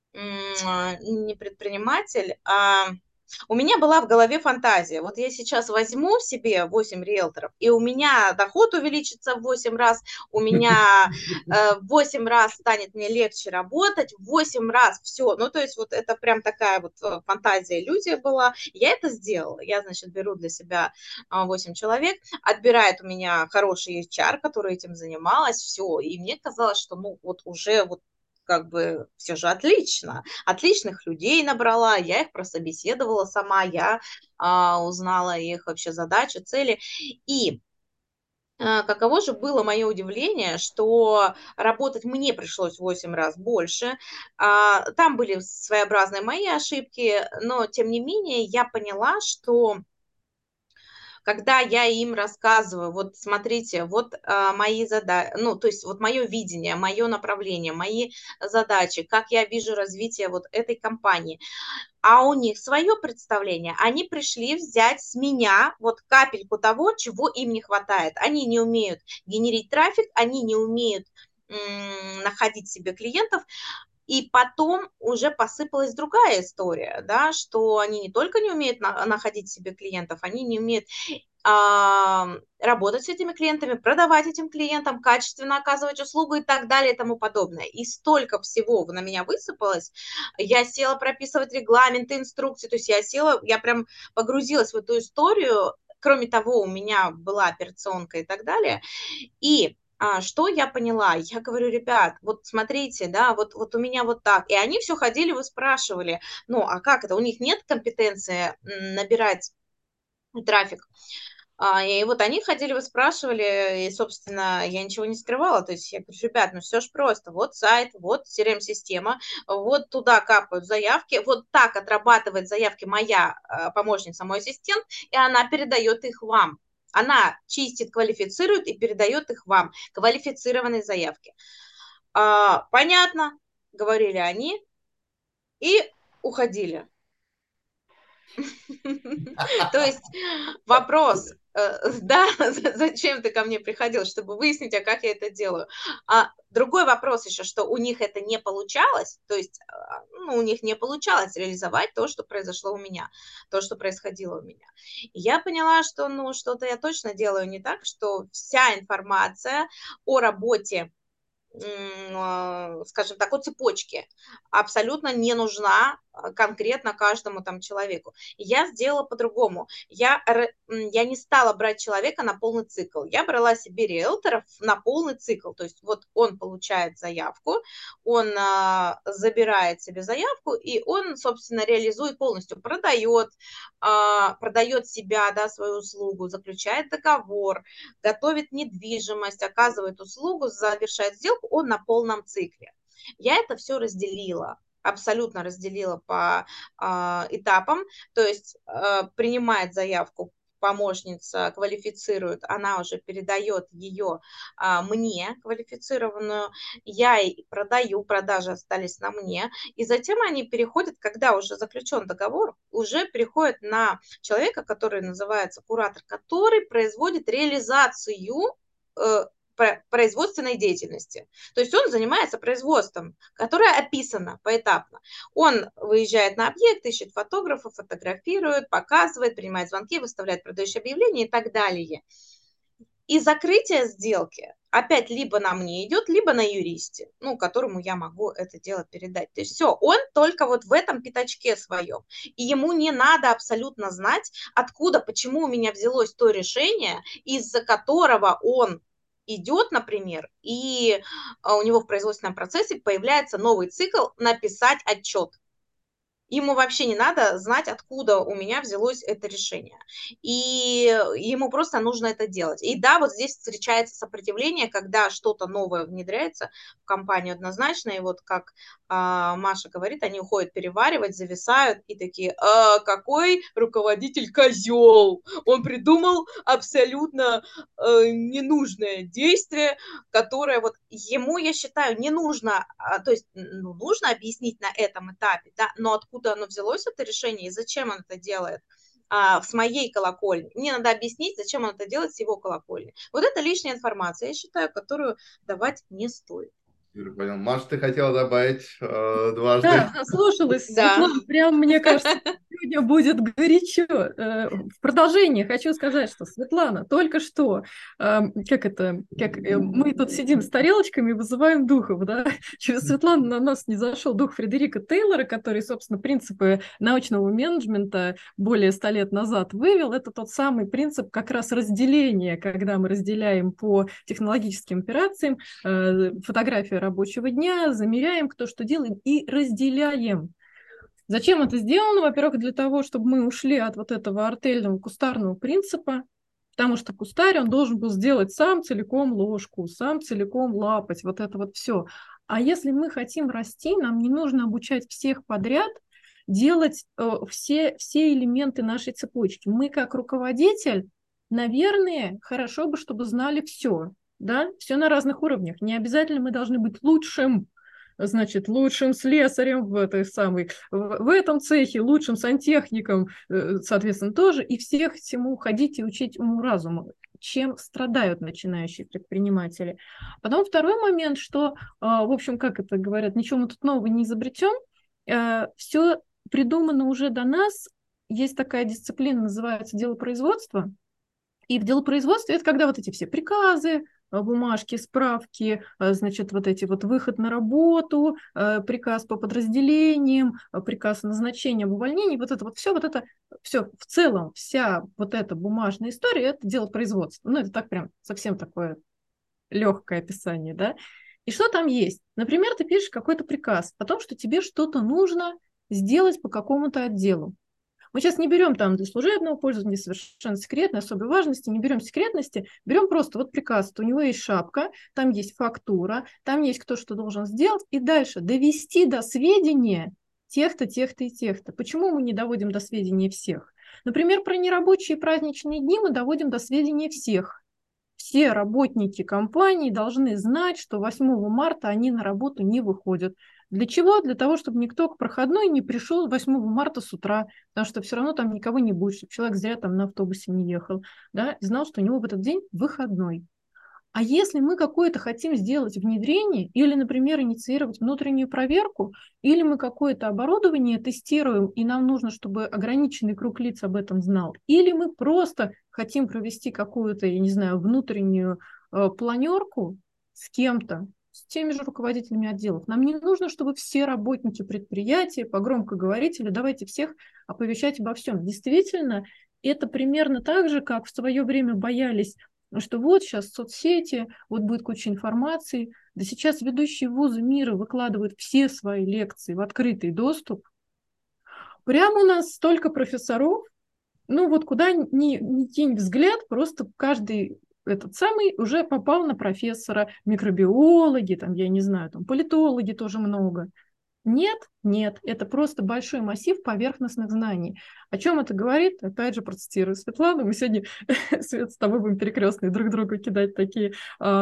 не предприниматель, у меня была в голове фантазия. Вот я сейчас возьму себе 8 риэлторов, и у меня доход увеличится в 8 раз, у меня в 8 раз станет мне легче работать, в 8 раз все. Ну, то есть вот это прям такая вот фантазия, иллюзия была. Я это сделала. Я, значит, беру для себя 8 человек, отбирает у меня хороший HR, который этим занималась, все. И мне казалось, что ну вот уже вот как бы все же отлично. Отличных людей набрала, я их прособеседовала сама, я узнала их вообще задачи, цели. И каково же было мое удивление, что работать мне пришлось в 8 раз больше. Там были своеобразные мои ошибки, но тем не менее я поняла, что когда я им рассказываю, вот смотрите, вот мои задачи, ну, то есть вот мое видение, мое направление, мои задачи, как я вижу развитие вот этой компании, а у них свое представление, они пришли взять с меня вот капельку того, чего им не хватает. Они не умеют генерить трафик, они не умеют находить себе клиентов, и потом уже посыпалась другая история, да, что они не только не умеют находить себе клиентов, они не умеют работать с этими клиентами, продавать этим клиентам, качественно оказывать услугу и так далее и тому подобное. И столько всего на меня высыпалось. Я села прописывать регламенты, инструкции, то есть я села, я прям погрузилась в эту историю. Кроме того, у меня была операционка и так далее. И что я поняла? Я говорю, ребят, вот смотрите, да, вот у меня вот так. И они все ходили, вы спрашивали, ну, а как это? У них нет компетенции набирать трафик. И вот они ходили, вы спрашивали, и, собственно, я ничего не скрывала. То есть я говорю, ребят, ну все же просто. Вот сайт, вот CRM-система, вот туда капают заявки, вот так отрабатывает заявки моя помощница, мой ассистент, и она передает их вам. Она чистит, квалифицирует и передает их вам, квалифицированные заявки. Понятно, говорили они, и уходили. То есть вопрос, да, зачем ты ко мне приходил, чтобы выяснить, а как я это делаю. Другой вопрос еще, что у них это не получалось, то есть ну, у них не получалось реализовать то, что произошло у меня, то, что происходило у меня. И я поняла, что ну, что-то я точно делаю не так, что вся информация о работе, скажем так, о цепочке абсолютно не нужна конкретно каждому там человеку. Я сделала по-другому. Я не стала брать человека на полный цикл. Я брала себе риэлторов на полный цикл. То есть вот он получает заявку, он забирает себе заявку, и он, собственно, реализует полностью, продает себя, да, свою услугу, заключает договор, готовит недвижимость, оказывает услугу, завершает сделку, он на полном цикле. Я это все разделила, абсолютно разделила по этапам, то есть принимает заявку помощница, квалифицирует, она уже передает ее мне, квалифицированную, я ей продаю, продажи остались на мне, и затем они переходят, когда уже заключен договор, уже переходят на человека, который называется куратор, который производит реализацию производственной деятельности. То есть он занимается производством, которое описано поэтапно. Он выезжает на объект, ищет фотографов, фотографирует, показывает, принимает звонки, выставляет продающие объявления и так далее. И закрытие сделки опять либо на мне идет, либо на юристе, ну, которому я могу это дело передать. То есть все, он только вот в этом пятачке своем. И ему не надо абсолютно знать, откуда, почему у меня взялось то решение, из-за которого он идет, например, и у него в производственном процессе появляется новый цикл написать отчет. Ему вообще не надо знать, откуда у меня взялось это решение. И ему просто нужно это делать. И да, вот здесь встречается сопротивление, когда что-то новое внедряется в компанию однозначно. И вот как Маша говорит, они уходят переваривать, зависают и такие, какой руководитель козел. Он придумал абсолютно ненужное действие, которое вот ему, я считаю, не нужно, то есть нужно объяснить на этом этапе, да, но откуда оно взялось, это решение, и зачем он это делает с моей колокольни. Мне надо объяснить, зачем он это делает с его колокольни. Вот это лишняя информация, я считаю, которую давать не стоит. Юля, понял. Маша, ты хотела добавить дважды? Да, заслушалась, Светлана, прям, мне кажется, сегодня будет горячо. В продолжение хочу сказать, что, Светлана, только что, мы тут сидим с тарелочками и вызываем духов, да? Через Светлану на нас не зашел дух Фредерика Тейлора, который, собственно, принципы научного менеджмента более 100 лет назад вывел. Это тот самый принцип как раз разделения, когда мы разделяем по технологическим операциям фотографию рабочего дня, замеряем, кто что делает, и разделяем. Зачем это сделано? Во-первых, для того, чтобы мы ушли от вот этого артельного кустарного принципа, потому что кустарь, он должен был сделать сам целиком ложку, сам целиком лапать, вот это вот все. А если мы хотим расти, нам не нужно обучать всех подряд делать все элементы нашей цепочки. Мы как руководитель, наверное, хорошо бы, чтобы знали все. Да, все на разных уровнях. Не обязательно мы должны быть лучшим, значит, лучшим слесарем в этом цехе, лучшим сантехником, соответственно, тоже, и всех всему ходить и учить уму-разуму, чем страдают начинающие предприниматели. Потом второй момент, что, в общем, как это говорят, ничего мы тут нового не изобретем, все придумано уже до нас, есть такая дисциплина, называется делопроизводство, и в делопроизводстве это когда вот эти все приказы, бумажки, справки, значит, вот эти вот выход на работу, приказ по подразделениям, приказ о назначении, об увольнении, вот это в целом, вся вот эта бумажная история, это дело производства. Ну, это так прям совсем такое легкое описание, да. И что там есть? Например, ты пишешь какой-то приказ о том, что тебе что-то нужно сделать по какому-то отделу. Мы сейчас не берем там для служебного пользования, совершенно секретной, особой важности, не берем секретности, берем просто вот приказ, у него есть шапка, там есть фактура, там есть кто что должен сделать, и дальше довести до сведения тех-то, тех-то и тех-то. Почему мы не доводим до сведения всех? Например, про нерабочие праздничные дни мы доводим до сведения всех. Все работники компании должны знать, что 8 марта они на работу не выходят. Для чего? Для того, чтобы никто к проходной не пришел 8 марта с утра, потому что все равно там никого не будет, чтобы человек зря там на автобусе не ехал, да, и знал, что у него в этот день выходной. А если мы какое-то хотим сделать внедрение или, например, инициировать внутреннюю проверку, или мы какое-то оборудование тестируем, и нам нужно, чтобы ограниченный круг лиц об этом знал, или мы просто хотим провести какую-то, я не знаю, внутреннюю планерку с кем-то, с теми же руководителями отделов. Нам не нужно, чтобы все работники предприятия по громкоговорителю давайте всех оповещать обо всем. Действительно, это примерно так же, как в свое время боялись, что вот сейчас соцсети, вот будет куча информации. Да сейчас ведущие вузы мира выкладывают все свои лекции в открытый доступ. Прямо у нас столько профессоров, ну вот куда ни кинь взгляд, просто каждый этот самый уже попал на профессора, микробиологи, там, я не знаю, там, политологи тоже много. Нет, нет, это просто большой массив поверхностных знаний. О чем это говорит? Опять же, процитирую Светлану. Мы сегодня, Свет, с тобой будем перекрестные друг другу кидать такие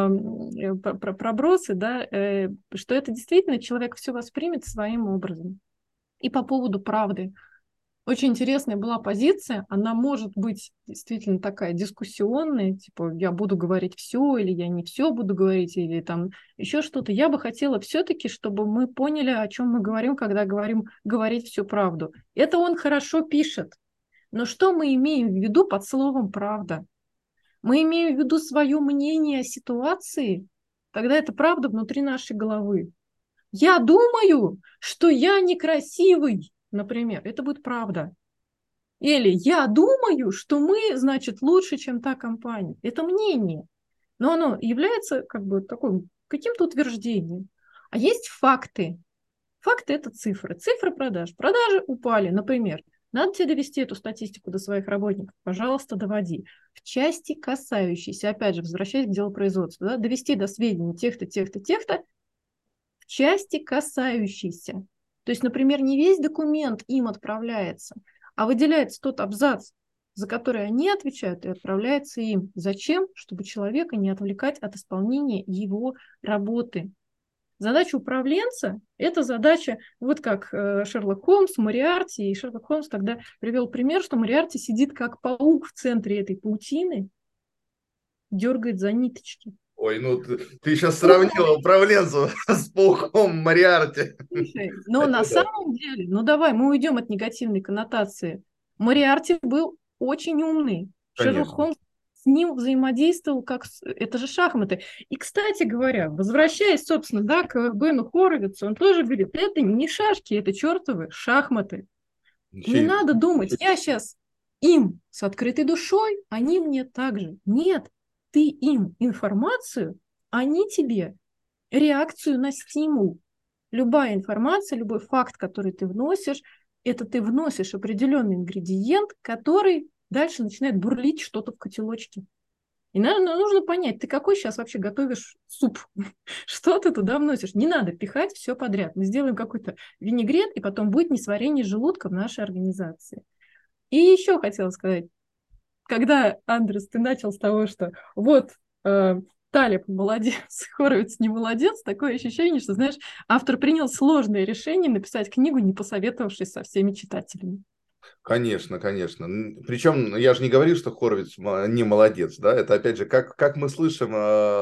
пробросы, да, что это действительно человек все воспримет своим образом. И по поводу правды. Очень интересная была позиция, она может быть действительно такая дискуссионная, типа я буду говорить все, или я не все буду говорить, или там еще что-то. Я бы хотела все-таки, чтобы мы поняли, о чем мы говорим, когда говорим говорить всю правду. Это он хорошо пишет, но что мы имеем в виду под словом «правда»? Мы имеем в виду свое мнение о ситуации, тогда это правда внутри нашей головы. Я думаю, что я некрасивый, например, это будет правда. Или я думаю, что мы, значит, лучше, чем та компания. Это мнение. Но оно является как бы таким каким-то утверждением. А есть факты. Факты – это цифры. Цифры продаж. Продажи упали, например. Надо тебе довести эту статистику до своих работников. Пожалуйста, доводи. В части, касающейся, опять же, возвращаясь к делу производства, да, довести до сведения тех-то, тех-то, тех-то, в части, касающейся. То есть, например, не весь документ им отправляется, а выделяется тот абзац, за который они отвечают, и отправляется им. Зачем? Чтобы человека не отвлекать от исполнения его работы. Задача управленца – это задача, вот как Шерлок Холмс, Мориарти. И Шерлок Холмс тогда привел пример, что Мориарти сидит как паук в центре этой паутины, дергает за ниточки. Ой, ну ты сейчас сравнила управленцев с пауком Мориарти. Слушай, но на самом деле, ну давай, мы уйдем от негативной коннотации. Мориарти был очень умный. Шерлок Конечно. Холмс с ним взаимодействовал, как это же шахматы. И, кстати говоря, возвращаясь, собственно, да, к Бену Хоровицу, он тоже говорит, это не шашки, это чертовы шахматы. Не надо думать, я сейчас им с открытой душой, они мне также. Нет, ты им информацию, они тебе реакцию на стимул. Любая информация, любой факт, который ты вносишь, это ты вносишь определенный ингредиент, который дальше начинает бурлить что-то в котелочке. И нужно понять, ты какой сейчас вообще готовишь суп, что ты туда вносишь. Не надо пихать все подряд. Мы сделаем какой-то винегрет, и потом будет несварение желудка в нашей организации. И еще хотела сказать, когда, Андрес, ты начал с того, что вот Талеб молодец, Хоровиц не молодец, такое ощущение, что, знаешь, автор принял сложное решение написать книгу, не посоветовавшись со всеми читателями. Конечно, конечно. Причем я же не говорил, что Хоровиц не молодец, да, это опять же, как мы слышим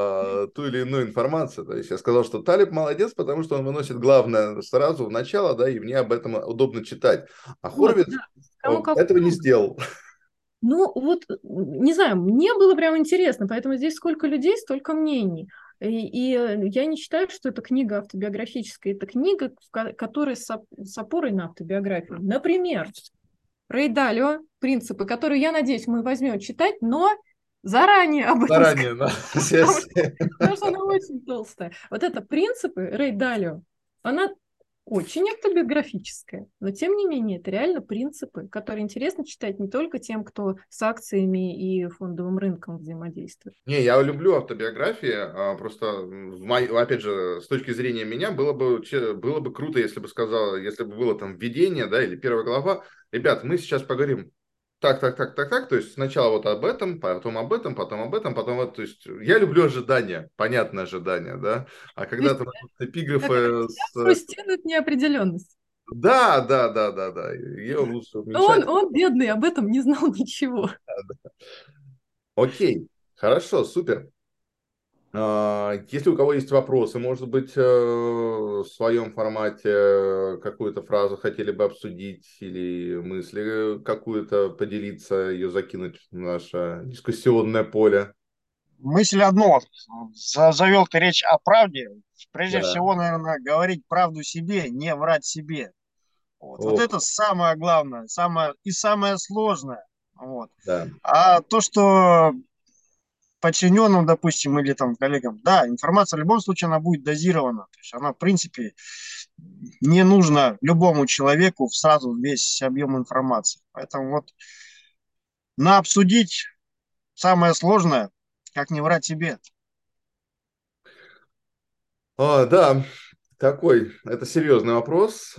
ту или иную информацию. То есть я сказал, что Талиб молодец, потому что он выносит главное сразу в начало, да, и мне об этом удобно читать. А Вот, Хоровиц да. Кому этого не сделал. Ну, вот, не знаю, мне было прям интересно, поэтому здесь сколько людей, столько мнений. И я не считаю, что это книга автобиографическая, это книга, которая с опорой на автобиографию. Например, Рэй Далио «Принципы», которые, я надеюсь, мы возьмем читать, но заранее об этом Заранее, да. потому что она очень толстая. Вот это «Принципы» Рэй Далио, она очень автобиографическая, но тем не менее это реально принципы, которые интересно читать не только тем, кто с акциями и фондовым рынком взаимодействует. Не, я люблю автобиографии, просто, опять же, с точки зрения меня, было бы круто, если бы сказал, если бы было там введение, да, или первая глава, ребят, мы сейчас поговорим так, то есть сначала вот об этом, потом об этом, потом об этом, потом вот, то есть я люблю ожидания, понятное ожидание, да, а когда там эпиграфы Хрустирует неопределенность. Да, ее лучше уменьшать. Он бедный, об этом не знал ничего. Окей, хорошо, супер. Если у кого есть вопросы, может быть, в своем формате какую-то фразу хотели бы обсудить или мысли какую-то поделиться, ее закинуть в наше дискуссионное поле. мысль одно. Завел ты речь о правде. Прежде Да. всего, наверное, говорить правду себе, не врать себе. Вот Ох, это самое главное, самое сложное. Вот. да. А то, что подчиненным, допустим, или там коллегам, да, информация в любом случае она будет дозирована. То есть она, в принципе, не нужно любому человеку сразу весь объем информации. Поэтому вот на обсудить самое сложное, как не врать себе. Да, такой, это серьезный вопрос.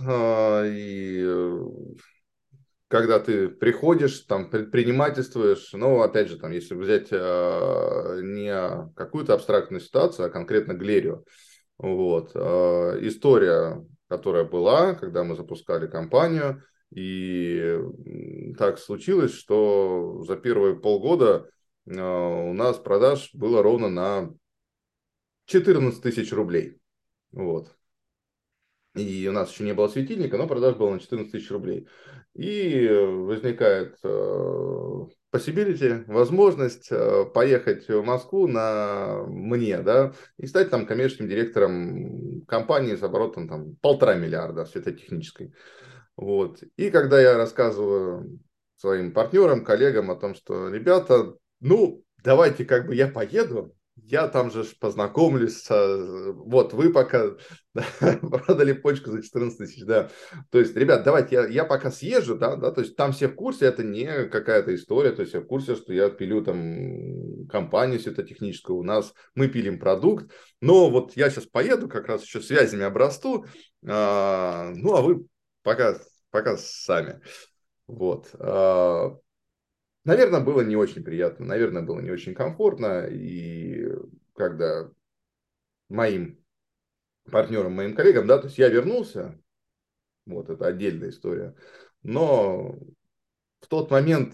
Когда ты приходишь, там, предпринимательствуешь, ну, опять же, там, если взять не какую-то абстрактную ситуацию, а конкретно галерею, вот, история, которая была, когда мы запускали компанию, и так случилось, что за первые полгода у нас продаж было ровно на 14 тысяч рублей. Вот. И у нас еще не было светильника, но продаж было на 14 тысяч рублей. И возникает possibility, возможность поехать в Москву на мне, да, и стать там коммерческим директором компании с оборотом там 1,5 миллиарда светотехнической. Вот. И когда я рассказываю своим партнерам, коллегам о том, что, ребята, ну, давайте как бы я поеду, я там же познакомлюсь, вот вы пока продали почку за 14 тысяч, да. То есть, ребят, давайте я пока съезжу, да, то есть там все в курсе, это не какая-то история, то есть я в курсе, что я пилю там компанию светотехническую, у нас мы пилим продукт, но вот я сейчас поеду, как раз еще связями обрасту, ну а вы пока сами. Вот. Наверное, было не очень приятно, наверное, было не очень комфортно. И когда моим партнерам, моим коллегам, да, то есть я вернулся, вот это отдельная история, но в тот момент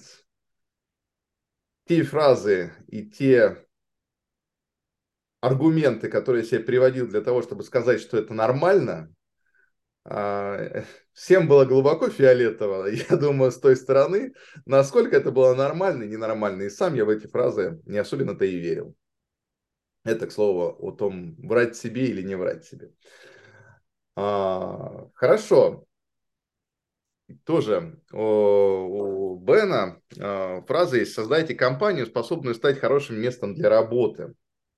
те фразы и те аргументы, которые я себе приводил для того, чтобы сказать, что это нормально, всем было глубоко фиолетово, я думаю, с той стороны, насколько это было нормально и ненормально. И сам я в эти фразы не особенно-то и верил. Это, к слову, о том, врать себе или не врать себе. Хорошо. Тоже у Бена фраза есть: создайте компанию, способную стать хорошим местом для работы.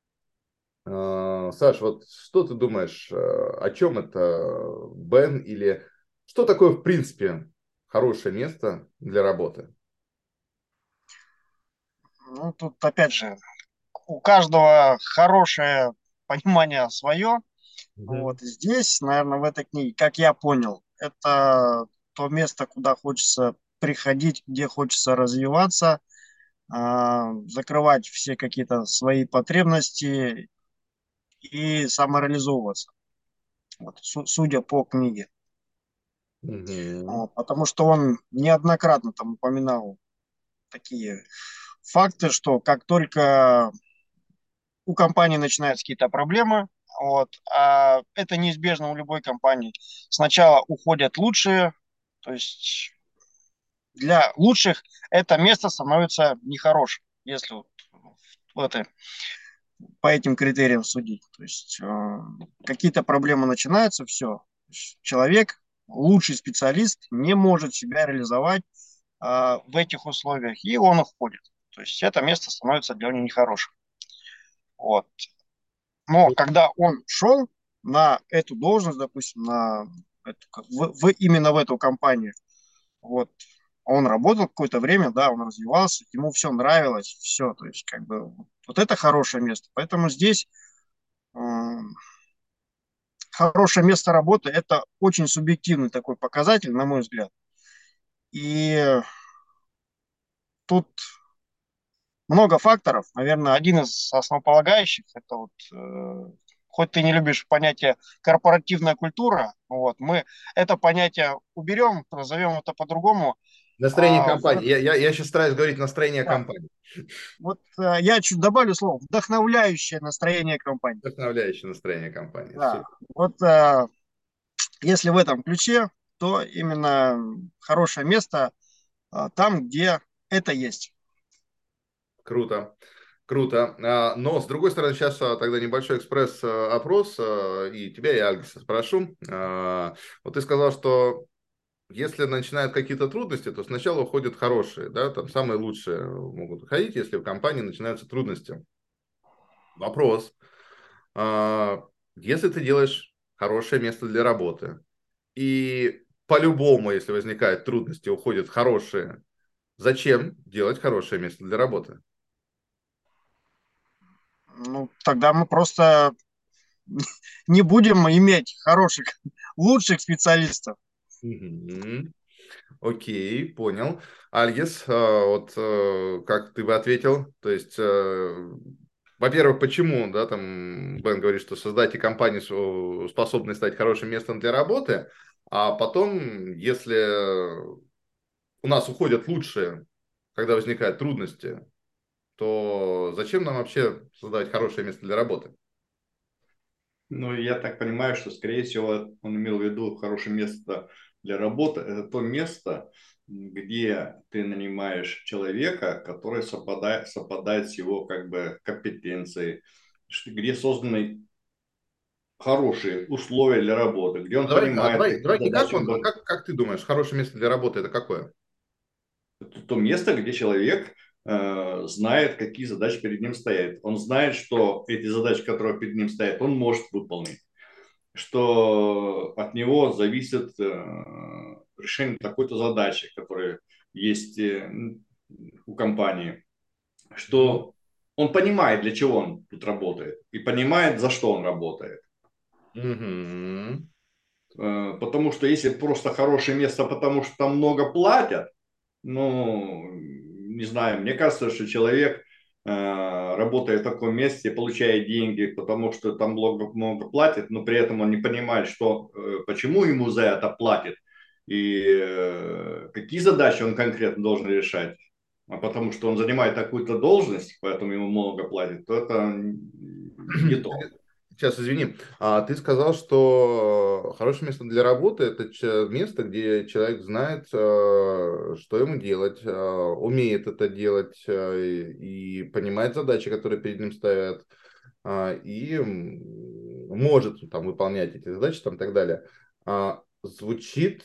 Саш, вот что ты думаешь, о чем это Бен, или что такое, в принципе, хорошее место для работы? Ну, тут опять же, у каждого хорошее понимание свое. Мгм. Вот здесь, наверное, в этой книге, как я понял, это то место, куда хочется приходить, где хочется развиваться, закрывать все какие-то свои потребности и самореализовываться. Вот, судя по книге. Мгм. Вот, потому что он неоднократно там упоминал такие факты, что как только у компании начинаются какие-то проблемы, вот, а это неизбежно у любой компании. Сначала уходят лучшие, то есть для лучших это место становится нехорошим, если вот в это, по этим критериям судить. То есть какие-то проблемы начинаются, все. Человек, лучший специалист, не может себя реализовать в этих условиях, и он уходит. То есть это место становится для него нехорошим. Вот. Но когда он шел на эту должность, допустим, именно в эту компанию, вот, он работал какое-то время, да, он развивался, ему все нравилось, все, то есть как бы вот это хорошее место. Поэтому здесь э, хорошее место работы – это очень субъективный такой показатель, на мой взгляд. И тут много факторов. Наверное, один из основополагающих – это вот хоть ты не любишь понятие корпоративная культура, вот, мы это понятие уберем, назовем это по-другому. Настроение А, компании. Я сейчас стараюсь говорить настроение да, компании. вот я чуть добавлю слово вдохновляющее настроение компании. Вдохновляющее настроение компании. Да, Супер. вот если в этом ключе, то именно хорошее место там, где это есть. Круто. Круто. Но, с другой стороны, сейчас тогда небольшой экспресс-опрос, и тебя, и Альгиса спрошу. Вот ты сказал, что если начинают какие-то трудности, то сначала уходят хорошие, да, там самые лучшие могут уходить, если в компании начинаются трудности. Вопрос. А, Если ты делаешь хорошее место для работы, и по-любому, если возникают трудности, уходят хорошие, зачем делать хорошее место для работы? Ну, тогда мы просто не будем иметь хороших, лучших специалистов. Мгм. Окей, понял. Альгис, вот как ты бы ответил? То есть, во-первых, почему, да, там Бен говорит, что создайте компанию, способную стать хорошим местом для работы, а потом, если у нас уходят лучшие, когда возникают трудности, то зачем нам вообще создавать хорошее место для работы? Ну, я так понимаю, что, скорее всего, он имел в виду хорошее место для работы. Это то место, где ты нанимаешь человека, который совпадает с его как бы компетенцией, где созданы хорошие условия для работы, где он Давай, понимает, давай какие не как задачи он он, а должен. как ты думаешь, хорошее место для работы это какое? Это то место, где человек знает, какие задачи перед ним стоят. Он знает, что эти задачи, которые перед ним стоят, он может выполнить, что от него зависит решение такой-то задачи, которая есть у компании, что он понимает, для чего он тут работает, и понимает, за что он работает. Мгм. Потому что если просто хорошее место, потому что там много платят, ну, не знаю, мне кажется, что человек, работая в таком месте, получает деньги, потому что там много платит, но при этом он не понимает, что, почему ему за это платят и какие задачи он конкретно должен решать. А потому что он занимает такую-то должность, поэтому ему много платят, то это не то. Сейчас, извини. Ты сказал, что хорошее место для работы – это место, где человек знает, что ему делать, умеет это делать и понимает задачи, которые перед ним ставят, и может там выполнять эти задачи там, и так далее. Звучит,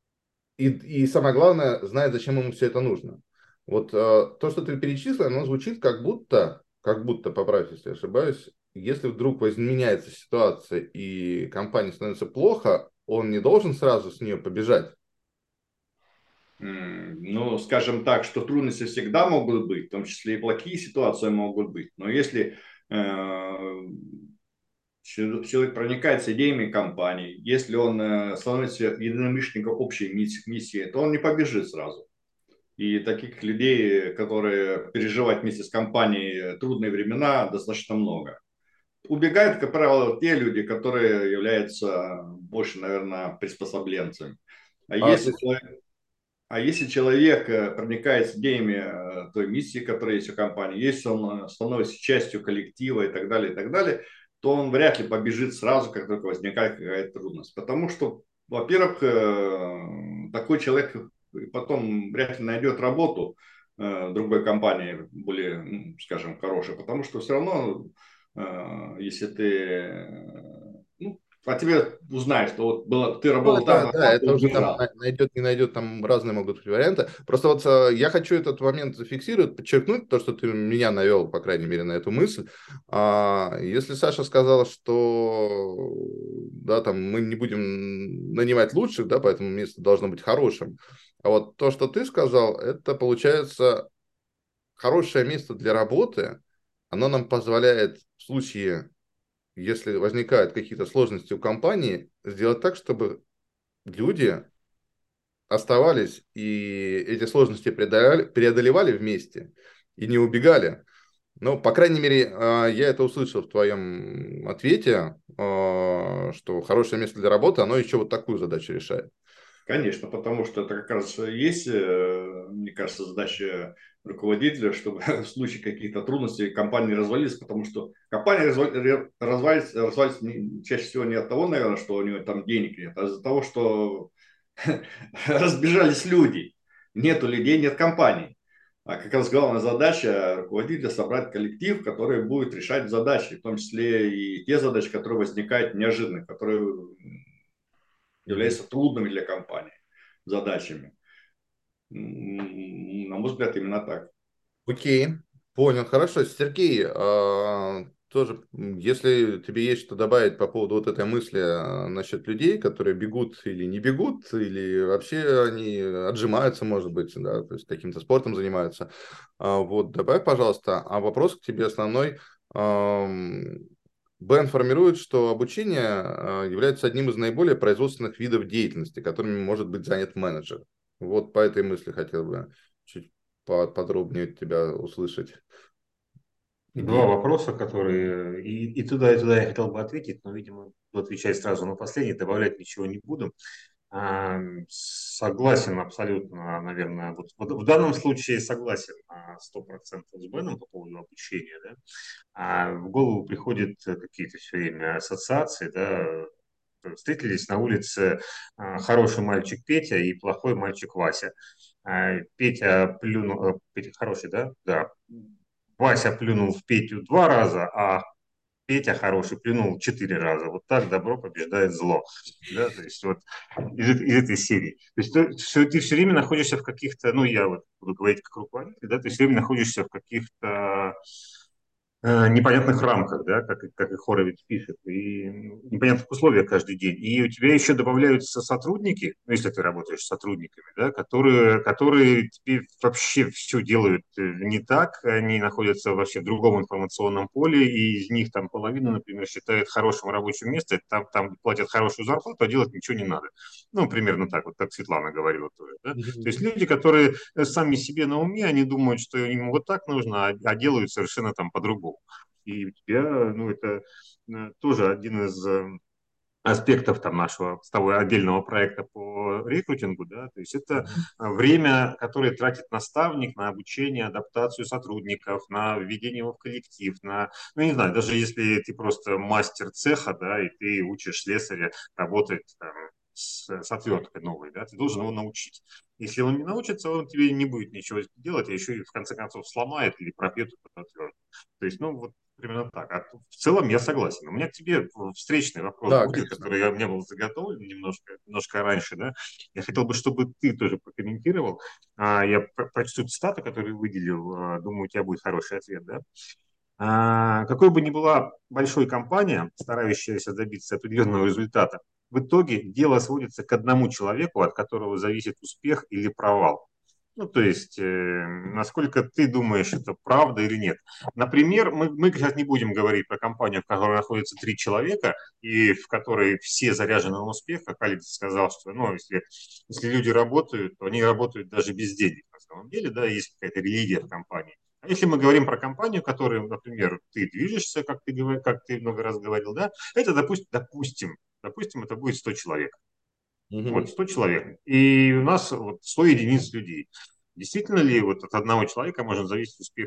и самое главное, знает, зачем ему все это нужно. Вот то, что ты перечислил, оно звучит как будто, поправь, если я ошибаюсь, если вдруг меняется ситуация и компании становится плохо, он не должен сразу с нее побежать. Ну, скажем так, что трудности всегда могут быть, в том числе и плохие ситуации могут быть. Но если человек проникается идеями компании, если он становится единомышленником общей миссии, то он не побежит сразу. И таких людей, которые переживают вместе с компанией трудные времена, достаточно много. Убегают, как правило, те люди, которые являются больше, наверное, приспособленцами. А То если есть, человек а если человек проникает идеями той миссии, которая есть у компании, если он становится частью коллектива и так далее, то он вряд ли побежит сразу, как только возникает какая-то трудность. Потому что, во-первых, такой человек потом вряд ли найдет работу в другой компании, более, ну, скажем, хорошей. Потому что все равно, если ну, о тебе узнают, что вот ты ну, работал это, там-то, да, там, ты это уже там убежал. найдет, не найдет, там разные могут быть варианты. Просто вот я хочу этот момент зафиксировать, подчеркнуть то, что ты меня навел, по крайней мере, на эту мысль. Если Саша сказала, что да, там мы не будем нанимать лучших, да, поэтому место должно быть хорошим. А вот то, что ты сказал, это получается хорошее место для работы. Оно нам позволяет в случае, если возникают какие-то сложности у компании, сделать так, чтобы люди оставались и эти сложности преодолевали вместе и не убегали. Ну, по крайней мере, я это услышал в твоем ответе, что хорошее место для работы, оно еще вот такую задачу решает. Конечно, потому что это как раз есть, мне кажется, задача руководителя, чтобы в случае каких-то трудностей компания развалилась, потому что компания развалится чаще всего не от того, наверное, что у нее там денег нет, а из-за того, что разбежались люди. Нету людей, нет компаний. А как раз главная задача руководителя собрать коллектив, который будет решать задачи, в том числе и те задачи, которые возникают неожиданно, которые Мгм. являются трудными для компании задачами. На мой взгляд, именно так. Окей, понял, хорошо. Сергей, тоже, если тебе есть что добавить по поводу вот этой мысли насчет людей, которые бегут или не бегут, или вообще они отжимаются, может быть, да, то есть каким-то спортом занимаются, вот добавь, пожалуйста. А вопрос к тебе основной. Бен формирует, что обучение является одним из наиболее производственных видов деятельности, которыми может быть занят менеджер. Вот по этой мысли хотел бы чуть подробнее от тебя услышать Два идею. вопроса, которые и туда, и туда я хотел бы ответить, но, видимо, буду отвечать сразу на последний, добавлять ничего не буду. Согласен абсолютно, наверное. Вот в данном случае согласен на 100% с Беном по поводу обучения. Да? В голову приходят какие-то все время ассоциации. Да? Встретились на улице хороший мальчик Петя и плохой мальчик Вася. Петя плюнул, Петя хороший, да? Да. Вася плюнул в Петю 2 раза, а Петя хороший плюнул 4 раза. Вот так добро побеждает зло. Да, то есть вот из этой серии. То есть ты все время находишься в каких-то, ну я вот буду говорить как руководитель, да, ты все время находишься в каких-то непонятных рамках, да, как и Хоровиц пишет, и непонятных условиях каждый день. И у тебя еще добавляются сотрудники, ну, если ты работаешь с сотрудниками, да, которые тебе вообще все делают не так, они находятся вообще в другом информационном поле, и из них там половина, например, считает хорошим рабочим местом, там платят хорошую зарплату, а делать ничего не надо. Ну, примерно так, вот как Светлана говорила тоже. Да? То есть Мгм. люди, которые сами себе на уме, они думают, что им вот так нужно, а делают совершенно там по-другому. И у тебя, ну, это тоже один из аспектов там нашего с тобой отдельного проекта по рекрутингу, да, то есть это Мгм. время, которое тратит наставник на обучение, адаптацию сотрудников, на введение его в коллектив, ну, не знаю, даже если ты просто мастер цеха, да, и ты учишь слесаря работать там, с отверткой новой, да, ты должен его научить. Если он не научится, он тебе не будет ничего делать, а еще и в конце концов сломает или пропьет эту отвертку. То есть, ну, вот примерно так. А в целом я согласен. У меня к тебе встречный вопрос Да, будет, конечно. который у меня был заготовлен немножко раньше. Да? Я хотел бы, чтобы ты тоже прокомментировал. Я прочту цитату, которую выделил. Думаю, у тебя будет хороший ответ. Да? Какой бы ни была большой компания, старающаяся добиться определенного результата, в итоге дело сводится к одному человеку, от которого зависит успех или провал. Ну, то есть, насколько ты думаешь, это правда или нет. Например, мы сейчас не будем говорить про компанию, в которой находится 3 человека, и в которой все заряжены на успех, как Алекс сказал, что ну, если люди работают, то они работают даже без денег на самом деле, да, есть какая-то религия в компании. А если мы говорим про компанию, в которой, например, ты движешься, как ты много раз говорил, да, это, допустим, это будет 100 человек. Вот, Мгм. 100 человек. И у нас вот 100 единиц людей. Действительно ли вот от одного человека может зависеть успех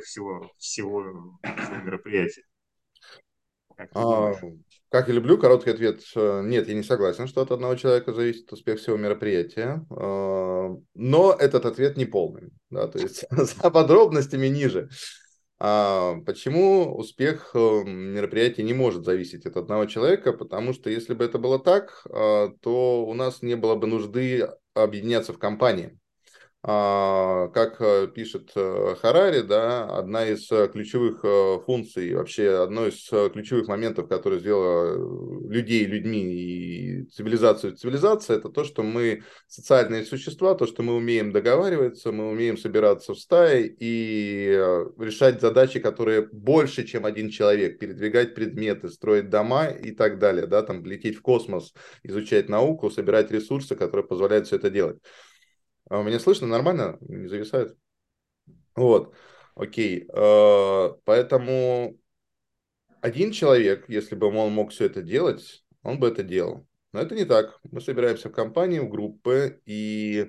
всего мероприятия? Как ты А, думаешь? Как я люблю, короткий ответ. Нет, я не согласен, что от одного человека зависит успех всего мероприятия. Но этот ответ не полный. Да, то есть за подробностями ниже. Почему успех мероприятия не может зависеть от одного человека? Потому что если бы это было так, то у нас не было бы нужды объединяться в компании. Как пишет Харари, да, одна из ключевых функций, вообще одно из ключевых моментов, которые сделало людей людьми и цивилизацию цивилизацией, это то, что мы социальные существа, то, что мы умеем договариваться, мы умеем собираться в стаи и решать задачи, которые больше, чем один человек, передвигать предметы, строить дома и так далее, да, там лететь в космос, изучать науку, собирать ресурсы, которые позволяют все это делать. А у меня слышно нормально? Не зависает? Вот, окей. Поэтому один человек, если бы он мог все это делать, он бы это делал. Но это не так. Мы собираемся в компании, в группы, и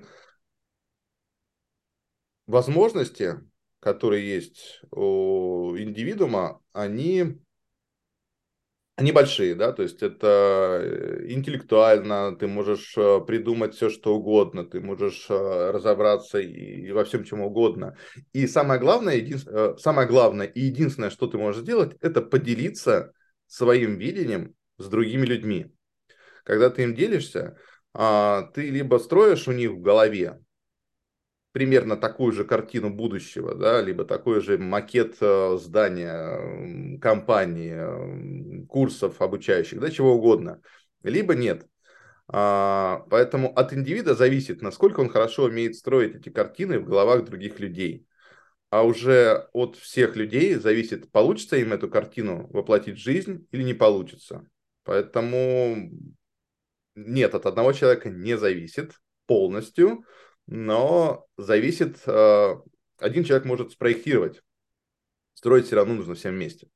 возможности, которые есть у индивидуума, они Они большие, да, то есть это интеллектуально, ты можешь придумать все, что угодно, ты можешь разобраться и во всем, чем угодно. И самое главное и единственное, что ты можешь сделать, это поделиться своим видением с другими людьми. Когда ты им делишься, ты либо строишь у них в голове примерно такую же картину будущего, да, либо такой же макет здания, компании, курсов обучающих, да, чего угодно, либо нет. Поэтому от индивида зависит, насколько он хорошо умеет строить эти картины в головах других людей. А уже от всех людей зависит, получится им эту картину воплотить в жизнь или не получится. Поэтому нет, от одного человека не зависит полностью, но зависит, один человек может спроектировать, строить все равно нужно всем вместе.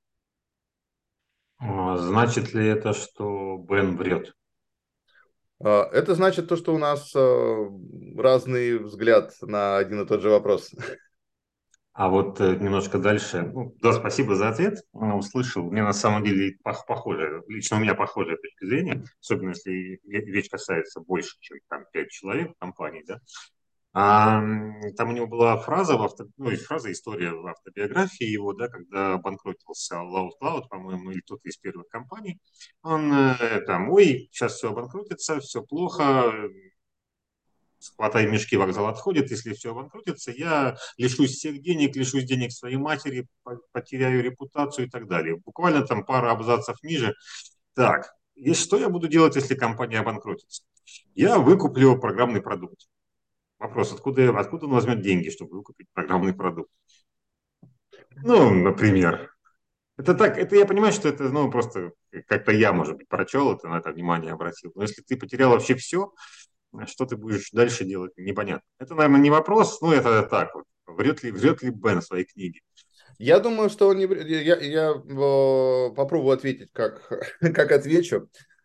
Значит ли это, что Бен врет? Это значит то, что у нас разный взгляд на один и тот же вопрос. А вот немножко дальше. Ну, да, спасибо за ответ. Услышал. Мне на самом деле похоже, лично у меня похожая точка зрения, особенно если вещь касается больше, чем там 5 человек в компании, да. Там у него была фраза, фраза, история в автобиографии его, да, когда банкротился Loud Cloud, по-моему, или кто-то из первых компаний. Он ой, сейчас все обанкротится, все плохо, хватай мешки, вокзал отходит, если все обанкротится, я лишусь всех денег, лишусь денег своей матери, потеряю репутацию и так далее. Буквально там пара абзацев ниже. Так, и что я буду делать, если компания обанкротится? Я выкуплю программный продукт. Вопрос, откуда он возьмет деньги, чтобы выкупить программный продукт? Ну, например. Это так, это я понимаю, что это, ну, просто как-то я, может быть, прочел это, на это внимание обратил. Но если ты потерял вообще все, что ты будешь дальше делать, непонятно. Это, наверное, не вопрос, ну, это так вот. Врет ли Бен в своей книге? Я думаю, что он не... Я попробую ответить, как, как отвечу.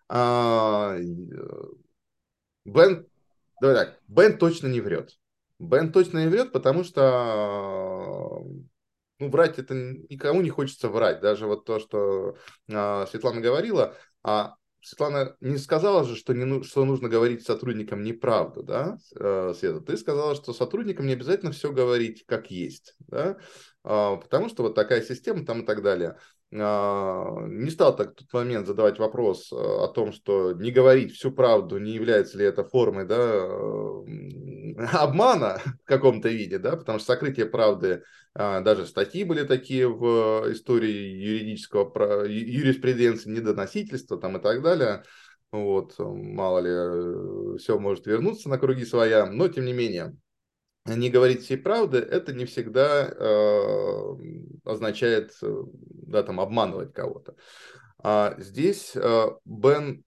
Бен, давай так, Бен точно не врет. Бен точно не врет, потому что ну, врать это никому не хочется врать. Даже вот то, что Светлана говорила, Светлана не сказала же, что, что нужно говорить сотрудникам неправду, да, Света? Ты сказала, что сотрудникам не обязательно все говорить как есть, да, потому что вот такая система там и так далее. Не стал так в тот момент задавать вопрос о том, что не говорить всю правду, не является ли это формой, да, обмана в каком-то виде, да, потому что сокрытие правды, даже статьи были такие в истории юриспруденции, недоносительства там и так далее. Вот, мало ли, все может вернуться на круги своя, но тем не менее, не говорить всей правды, это не всегда означает, да, там, обманывать кого-то. Здесь Бен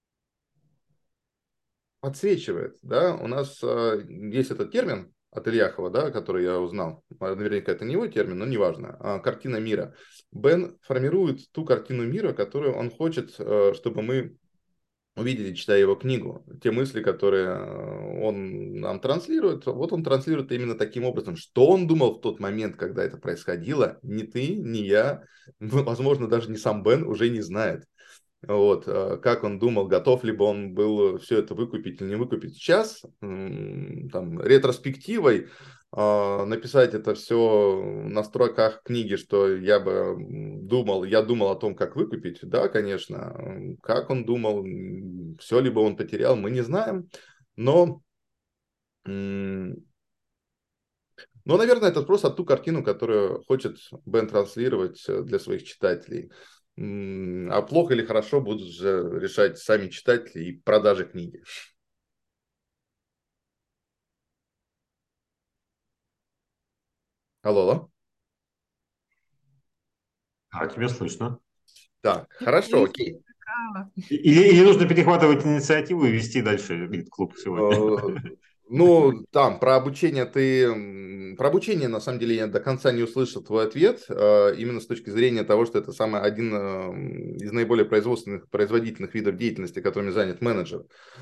подсвечивает, да, у нас есть этот термин от Ильяхова, да, который я узнал, наверняка это не его термин, но неважно, картина мира. Бен формирует ту картину мира, которую он хочет, чтобы мы увидели, читая его книгу, те мысли, которые он нам транслирует, вот он транслирует именно таким образом. Что он думал в тот момент, когда это происходило, ни ты, ни я, возможно, даже не сам Бен уже не знает. Вот, как он думал, готов ли бы он был все это выкупить или не выкупить. Сейчас, там, ретроспективой, написать это все на строках книги, что я думал о том, как выкупить, да, конечно. Как он думал, все ли бы он потерял, мы не знаем. Но, наверное, это просто ту картину, которую хочет Бен транслировать для своих читателей. А плохо или хорошо будут же решать сами читатели и продажи книги. Алло, алло. Тебя слышно. Так, хорошо, окей. Или нужно перехватывать инициативу и вести дальше клуб сегодня? Ну, там, про обучение, на самом деле, я до конца не услышал твой ответ, именно с точки зрения того, что это самый один из наиболее производительных видов деятельности, которыми занят менеджер.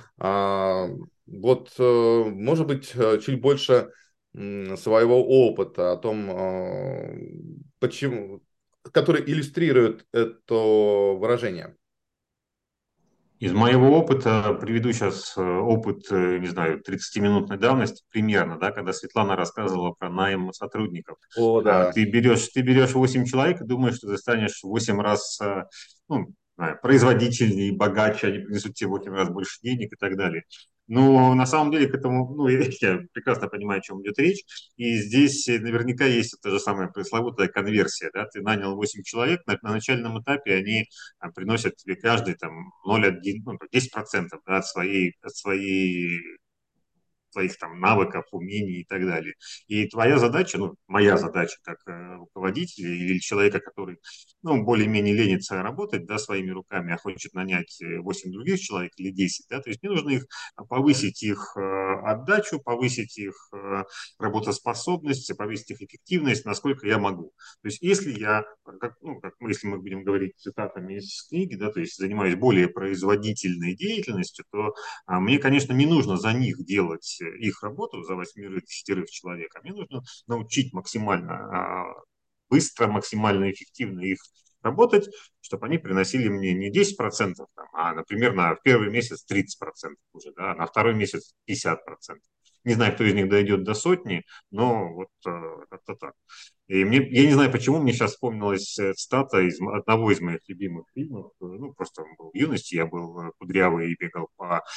Вот, может быть, чуть больше своего опыта о том, почему, который иллюстрирует это выражение? Из моего опыта приведу сейчас опыт, не знаю, 30-минутной давности примерно, да, когда Светлана рассказывала про найм сотрудников. О, да. Ты берешь 8 человек и думаешь, что ты станешь в 8 раз ну, не знаю, производительнее, богаче, они принесут тебе в 8 раз больше денег и так далее. Но на самом деле к этому, ну, я прекрасно понимаю, о чем идет речь. И здесь наверняка есть та же самая пресловутая конверсия. Да? Ты нанял 8 человек, на начальном этапе они приносят тебе каждый там 0,1, ну, 10%, да, своих там навыков, умений и так далее. И твоя задача, ну, моя задача как руководителя или человека, который, ну, более-менее ленится работать, да, своими руками, а хочет нанять 8 других человек или 10, да, то есть мне нужно их повысить их отдачу, повысить их работоспособность, повысить их эффективность, насколько я могу. То есть если я, если мы будем говорить цитатами из книги, да, то есть занимаюсь более производительной деятельностью, то мне, конечно, не нужно за них делать их работу, за 8-10 человек, а мне нужно научить максимально быстро, максимально эффективно их работать, чтобы они приносили мне не 10%, а, например, в первый месяц 30% уже, да, на второй месяц 50%. Не знаю, кто из них дойдет до сотни, но вот как-то так. И я не знаю, почему мне сейчас вспомнилась цитата из одного из моих любимых фильмов. Ну, просто он был в юности, я был кудрявый и бегал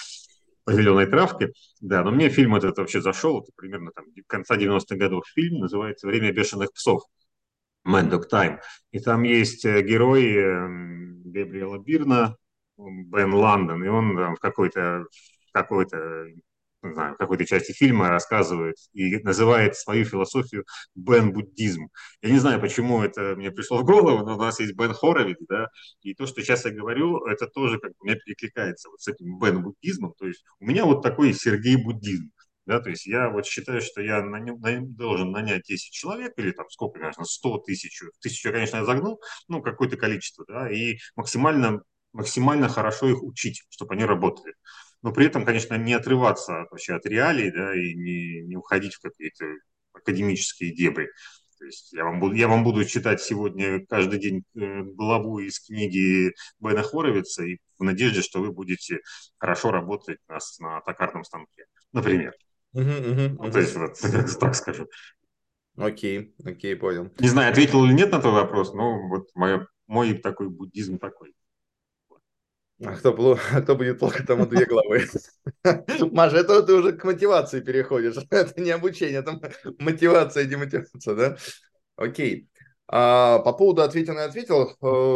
по зеленой травке. Да, но мне фильм этот вообще зашел. Это примерно там конца 90-х годов фильм. Называется «Время бешеных псов». Mad Dog Time. И там есть герой Габриэла Бирна, Бен Лондон, и он там в какой-то, не знаю, в какой-то части фильма рассказывает и называет свою философию Бен-буддизм. Я не знаю, почему это мне пришло в голову, но у нас есть Бен Хоровиц, да, и то, что сейчас я говорю, это тоже как бы у меня перекликается вот с этим Бен-буддизмом, то есть у меня вот такой Сергей-буддизм. Да, то есть я вот считаю, что я должен нанять 10 человек или там сколько, конечно, 100, 1000 я, конечно, я загнул, ну, какое-то количество, да, и максимально хорошо их учить, чтобы они работали. Но при этом, конечно, не отрываться вообще от реалий, да, и не уходить в какие-то академические дебри. То есть я вам буду читать сегодня каждый день главу из книги Бена Хоровица и в надежде, что вы будете хорошо работать на токарном станке, например. Ну, то есть, вот, так скажу. Окей, окей, понял. Не знаю, ответил или нет на твой вопрос, но вот мой такой буддизм такой. Кто будет плохо, тому две главы. Маша, это ты уже к мотивации переходишь. Это не обучение, это мотивация и демотивация, да? Окей. По поводу ответил, не ответил.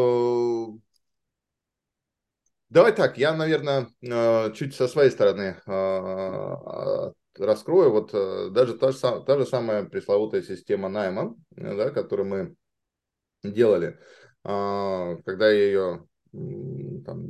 Давай так, я, наверное, чуть со своей стороны раскрою. Вот даже та же самая пресловутая система найма, да, которую мы делали, когда я ее там,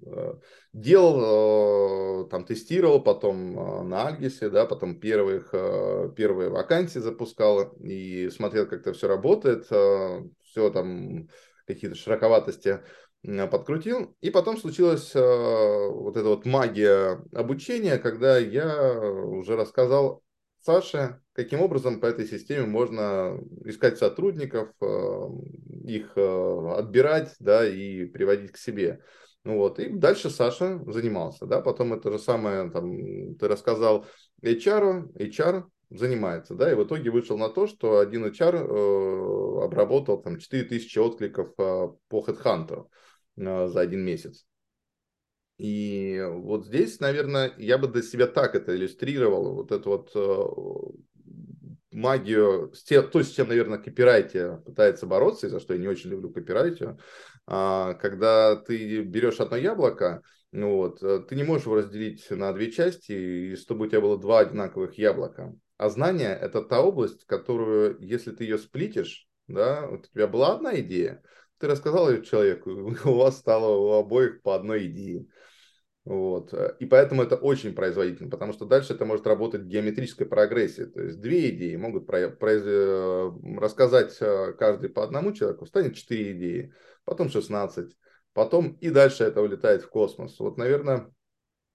делал, там тестировал, потом на Альгисе, да, потом первые вакансии запускал и смотрел, как это все работает, все там какие-то широковатости подкрутил. И потом случилась вот эта вот магия обучения, когда я уже рассказал Саше, каким образом по этой системе можно искать сотрудников, их отбирать, да, и приводить к себе. Ну вот, и дальше Саша занимался, да, потом это же самое, там, ты рассказал HR занимается, да, и в итоге вышел на то, что один HR обработал там 4000 откликов по HeadHunter за один месяц. И вот здесь, наверное, я бы для себя так это иллюстрировал, вот эту вот магию, то, с чем, наверное, копирайтер пытается бороться, и за что я не очень люблю копирайтер, когда ты берешь одно яблоко, ну вот, ты не можешь его разделить на две части, и чтобы у тебя было два одинаковых яблока. А знание – это та область, которую, если ты ее сплитишь, да, вот у тебя была одна идея, ты рассказал ее человеку, у вас стало у обоих по одной идее. Вот. И поэтому это очень производительно, потому что дальше это может работать в геометрической прогрессии. То есть две идеи могут рассказать каждый по одному человеку, станет 4 идеи, потом 16, потом и дальше это улетает в космос. Вот, наверное,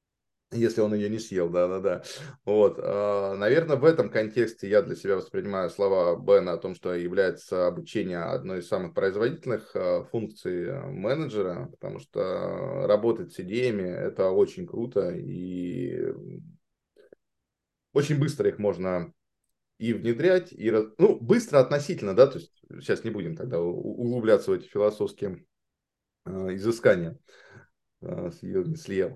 Если он ее не съел, да-да-да. Вот, наверное, в этом контексте я для себя воспринимаю слова Бена о том, что является обучение одной из самых производительных функций менеджера, потому что работать с идеями – это очень круто, и очень быстро их можно и внедрять, ну, быстро относительно, да, то есть сейчас не будем тогда углубляться в эти философские изыскания. Съел, не съел.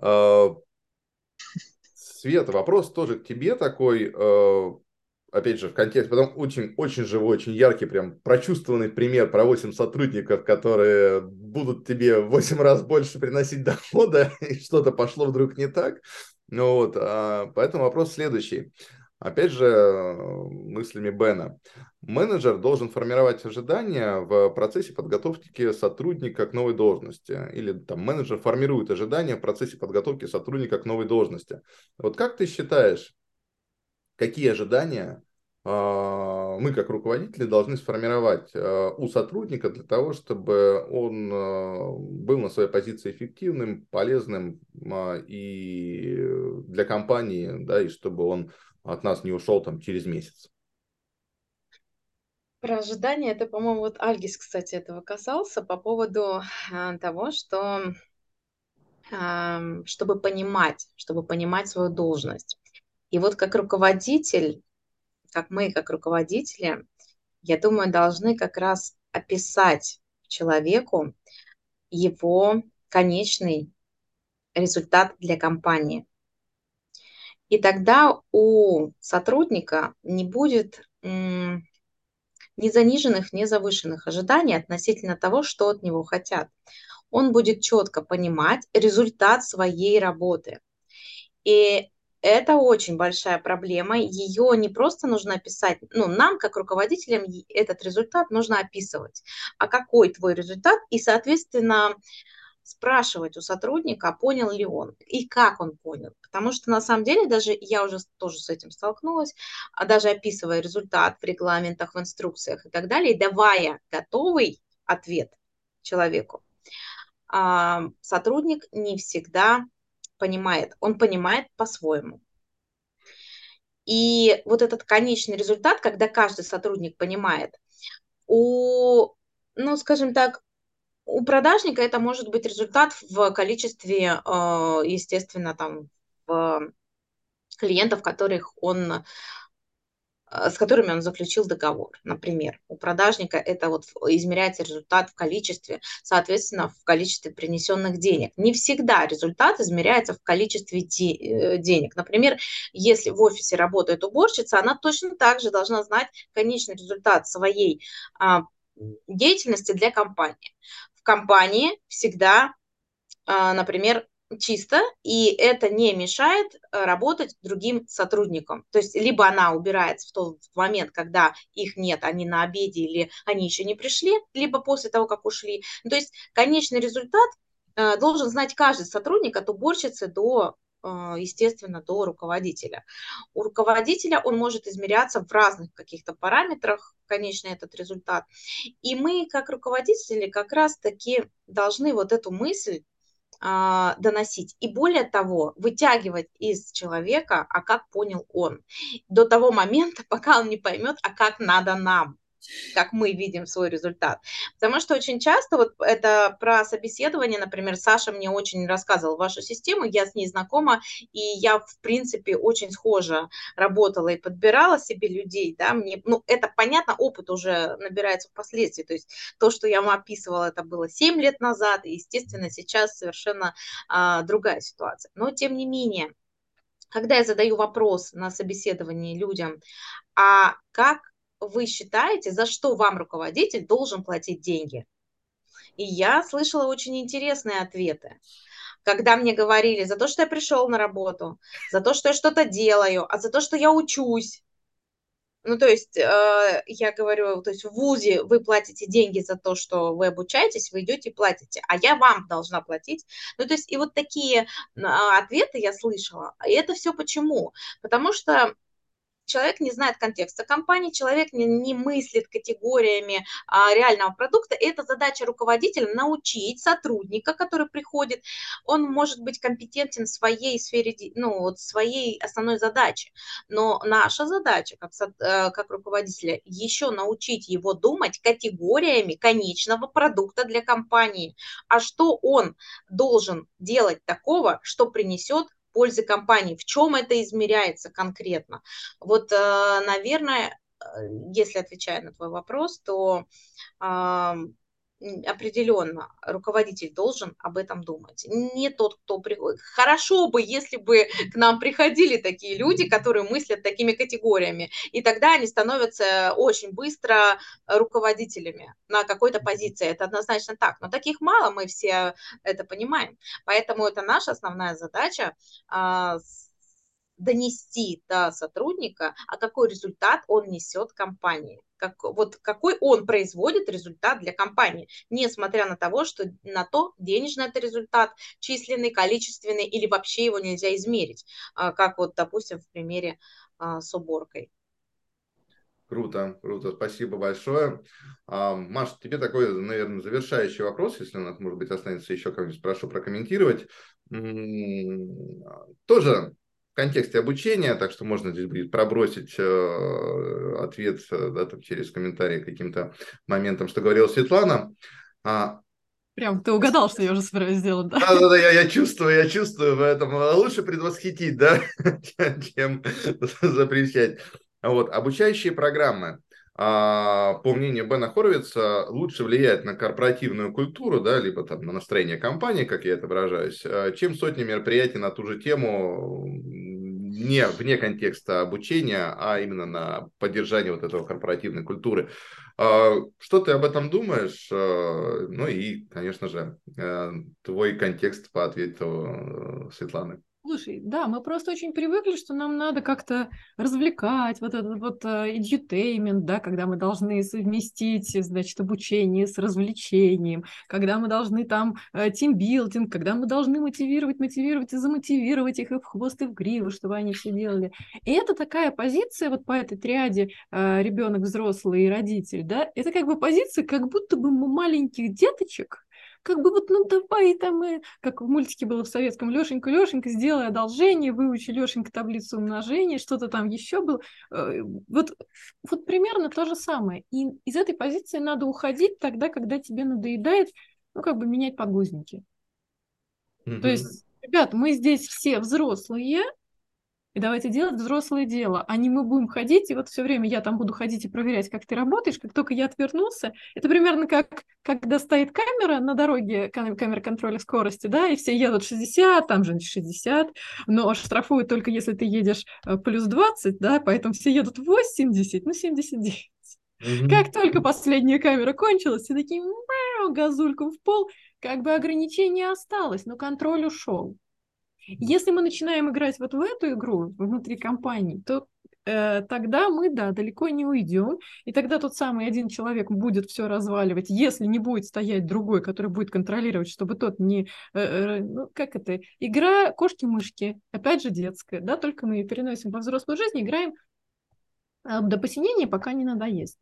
Света, вопрос тоже к тебе такой, опять же, в контексте, потом очень, очень живой, очень яркий, прям прочувствованный пример про 8 сотрудников, которые будут тебе в 8 раз больше приносить дохода, и что-то пошло вдруг не так. Ну вот, поэтому вопрос следующий. Опять же, мыслями Бена. Менеджер должен формировать ожидания в процессе подготовки сотрудника к новой должности. Или там менеджер формирует ожидания в процессе подготовки сотрудника к новой должности. Вот как ты считаешь, какие ожидания мы, как руководители, должны сформировать у сотрудника для того, чтобы он был на своей позиции эффективным, полезным и для компании, да, и чтобы он от нас не ушел там через месяц? Про ожидания, это, по-моему, вот Альгис, кстати, этого касался по поводу того, что чтобы понимать свою должность. И вот как руководитель, как мы, как руководители, я думаю, должны как раз описать человеку его конечный результат для компании. И тогда у сотрудника не будет ни заниженных, ни завышенных ожиданий относительно того, что от него хотят. Он будет четко понимать результат своей работы. И это очень большая проблема. Ее не просто нужно описать, ну, нам, как руководителям, этот результат нужно описывать. А какой твой результат? И, соответственно, спрашивать у сотрудника, понял ли он и как он понял. Потому что на самом деле даже я уже тоже с этим столкнулась, а даже описывая результат в регламентах, в инструкциях и так далее, давая готовый ответ человеку, сотрудник не всегда понимает, он понимает по-своему. И вот этот конечный результат, когда каждый сотрудник понимает, ну, скажем так, у продажника это может быть результат в количестве, естественно, там, клиентов, с которыми он заключил договор. Например, у продажника это вот измеряется результат в количестве, соответственно, в количестве принесенных денег. Не всегда результат измеряется в количестве денег. Например, если в офисе работает уборщица, она точно так же должна знать конечный результат своей деятельности для компании. В компании всегда, например, чисто, и это не мешает работать другим сотрудникам. То есть либо она убирается в тот момент, когда их нет, они на обеде или они еще не пришли, либо после того, как ушли. То есть конечный результат должен знать каждый сотрудник от уборщицы до, естественно, до руководителя. У руководителя он может измеряться в разных каких-то параметрах, конечно, этот результат. И мы, как руководители, как раз-таки должны вот эту мысль доносить. И более того, вытягивать из человека, а как понял он, до того момента, пока он не поймет, а как надо нам, как мы видим свой результат. Потому что очень часто, вот это про собеседование, например, Саша мне очень рассказывал вашу систему, я с ней знакома, и я, в принципе, очень схоже работала и подбирала себе людей, да, мне, ну, это понятно, опыт уже набирается впоследствии, то есть то, что я вам описывала, это было 7 лет назад, и, естественно, сейчас совершенно другая ситуация. Но, тем не менее, когда я задаю вопрос на собеседовании людям, а как вы считаете, за что вам руководитель должен платить деньги? И я слышала очень интересные ответы. Когда мне говорили за то, что я пришел на работу, за то, что я что-то делаю, а за то, что я учусь. Ну, то есть, я говорю, то есть в ВУЗе вы платите деньги за то, что вы обучаетесь, вы идете и платите, а я вам должна платить. Ну, то есть, и вот такие ответы я слышала. И это все почему? Потому что человек не знает контекста компании, человек не мыслит категориями реального продукта. Это задача руководителя научить сотрудника, который приходит, он может быть компетентен в своей сфере, ну, вот своей основной задаче. Но наша задача как руководителя еще научить его думать категориями конечного продукта для компании. А что он должен делать такого, что принесет пользы компании? В чем это измеряется конкретно? Вот, наверное, если отвечая на твой вопрос, то определенно руководитель должен об этом думать. Не тот, кто приходит. Хорошо бы, если бы к нам приходили такие люди, которые мыслят такими категориями, и тогда они становятся очень быстро руководителями на какой-то позиции. Это однозначно так. Но таких мало, мы все это понимаем. Поэтому это наша основная задача донести до сотрудника, а какой результат он несет компании. Вот какой он производит результат для компании, несмотря на то, денежный это результат, численный, количественный, или вообще его нельзя измерить, как вот, допустим, в примере с уборкой. Круто, круто, спасибо большое. Маш, тебе такой, наверное, завершающий вопрос, если у нас, может быть, останется еще как-нибудь, прошу прокомментировать. Тоже в контексте обучения, так что можно здесь будет пробросить ответ, да, там, через комментарии к каким-то моментам, что говорила Светлана. Прям ты угадал, что я уже собираюсь сделать, да? Да, я чувствую, поэтому лучше предвосхитить, да, чем запрещать. Вот, обучающие программы, по мнению Бена Хоровица, лучше влияют на корпоративную культуру, да, либо там на настроение компании, как я это выражаюсь, чем сотни мероприятий на ту же тему, не вне контекста обучения, а именно на поддержание вот этого корпоративной культуры. Что ты об этом думаешь? Ну и, конечно же, твой контекст по ответу Светланы. Слушай, да, мы просто очень привыкли, что нам надо как-то развлекать, вот этот вот edutainment, да, когда мы должны совместить, значит, обучение с развлечением, когда мы должны там тимбилдинг, когда мы должны мотивировать и замотивировать их и в хвост, и в гриву, чтобы они все делали. И это такая позиция, вот по этой триаде ребенок, взрослый и родитель, да, это как бы позиция, как будто бы мы маленьких деточек, как бы вот, ну давай там, как в мультике было в советском, Лешенька, сделай одолжение, выучи, Лешенька, таблицу умножения, что-то там еще было. Вот примерно то же самое. И из этой позиции надо уходить тогда, когда тебе надоедает, ну, как бы менять подгузники. То есть, ребят, мы здесь все взрослые, и давайте делать взрослое дело, а не мы будем ходить, и вот все время я там буду ходить и проверять, как ты работаешь, как только я отвернулся. Это примерно как, когда стоит камера на дороге, камера контроля скорости, да, и все едут 60, там же 60, но штрафуют только если ты едешь плюс 20, да, поэтому все едут 80, ну 79. Как только последняя камера кончилась, все такие газульку в пол, как бы ограничение осталось, но контроль ушел. Если мы начинаем играть вот в эту игру внутри компании, то тогда мы, да, далеко не уйдем, и тогда тот самый один человек будет все разваливать, если не будет стоять другой, который будет контролировать, чтобы тот не... ну, как это? Игра кошки-мышки, опять же детская, да, только мы ее переносим во взрослую жизнь, играем до посинения, пока не надоест.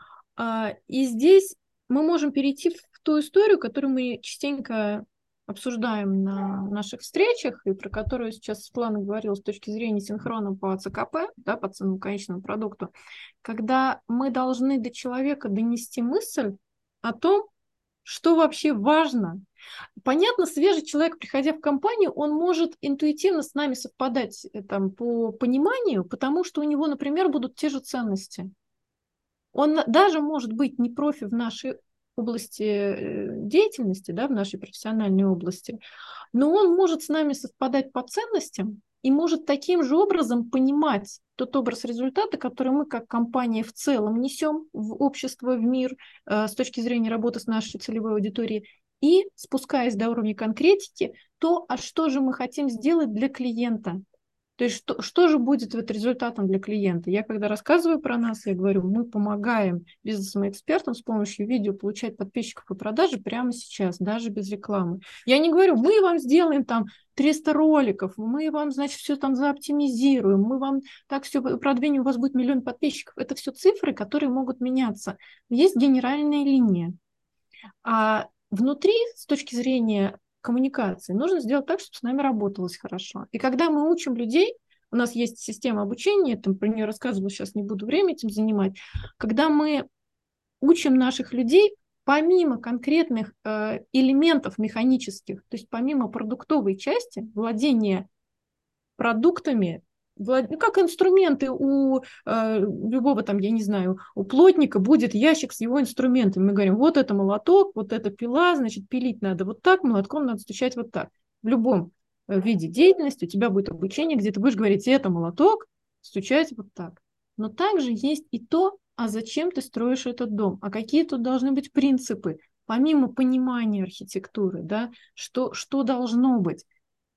И здесь мы можем перейти в ту историю, которую мы частенько обсуждаем на наших встречах, и про которую сейчас Светлана говорила с точки зрения синхрона по ЦКП, да, по ценному конечному продукту, когда мы должны до человека донести мысль о том, что вообще важно. Понятно, свежий человек, приходя в компанию, он может интуитивно с нами совпадать там, по пониманию, потому что у него, например, будут те же ценности. Он даже может быть не профи в нашей области деятельности, да, в нашей профессиональной области, но он может с нами совпадать по ценностям и может таким же образом понимать тот образ результата, который мы как компания в целом несем в общество, в мир с точки зрения работы с нашей целевой аудиторией, и, спускаясь до уровня конкретики, то, а что же мы хотим сделать для клиента. То есть что же будет вот результатом для клиента? Я когда рассказываю про нас, я говорю, мы помогаем бизнесам и экспертам с помощью видео получать подписчиков и продажи прямо сейчас, даже без рекламы. Я не говорю, мы вам сделаем там 300 роликов, мы вам, значит, все там заоптимизируем, мы вам так все продвинем, у вас будет 1 000 000 подписчиков. Это все цифры, которые могут меняться. Есть генеральная линия. А внутри, с точки зрения коммуникации, нужно сделать так, чтобы с нами работалось хорошо. И когда мы учим людей, у нас есть система обучения, там про нее рассказывала, сейчас не буду время этим занимать, когда мы учим наших людей, помимо конкретных элементов механических, то есть помимо продуктовой части, владения продуктами, ну, как инструменты у любого там, я не знаю, у плотника будет ящик с его инструментами. Мы говорим, вот это молоток, вот это пила, значит, пилить надо вот так, молотком надо стучать вот так. В любом виде деятельности у тебя будет обучение, где ты будешь говорить, это молоток, стучать вот так. Но также есть и то, а зачем ты строишь этот дом, а какие тут должны быть принципы, помимо понимания архитектуры, да, что должно быть.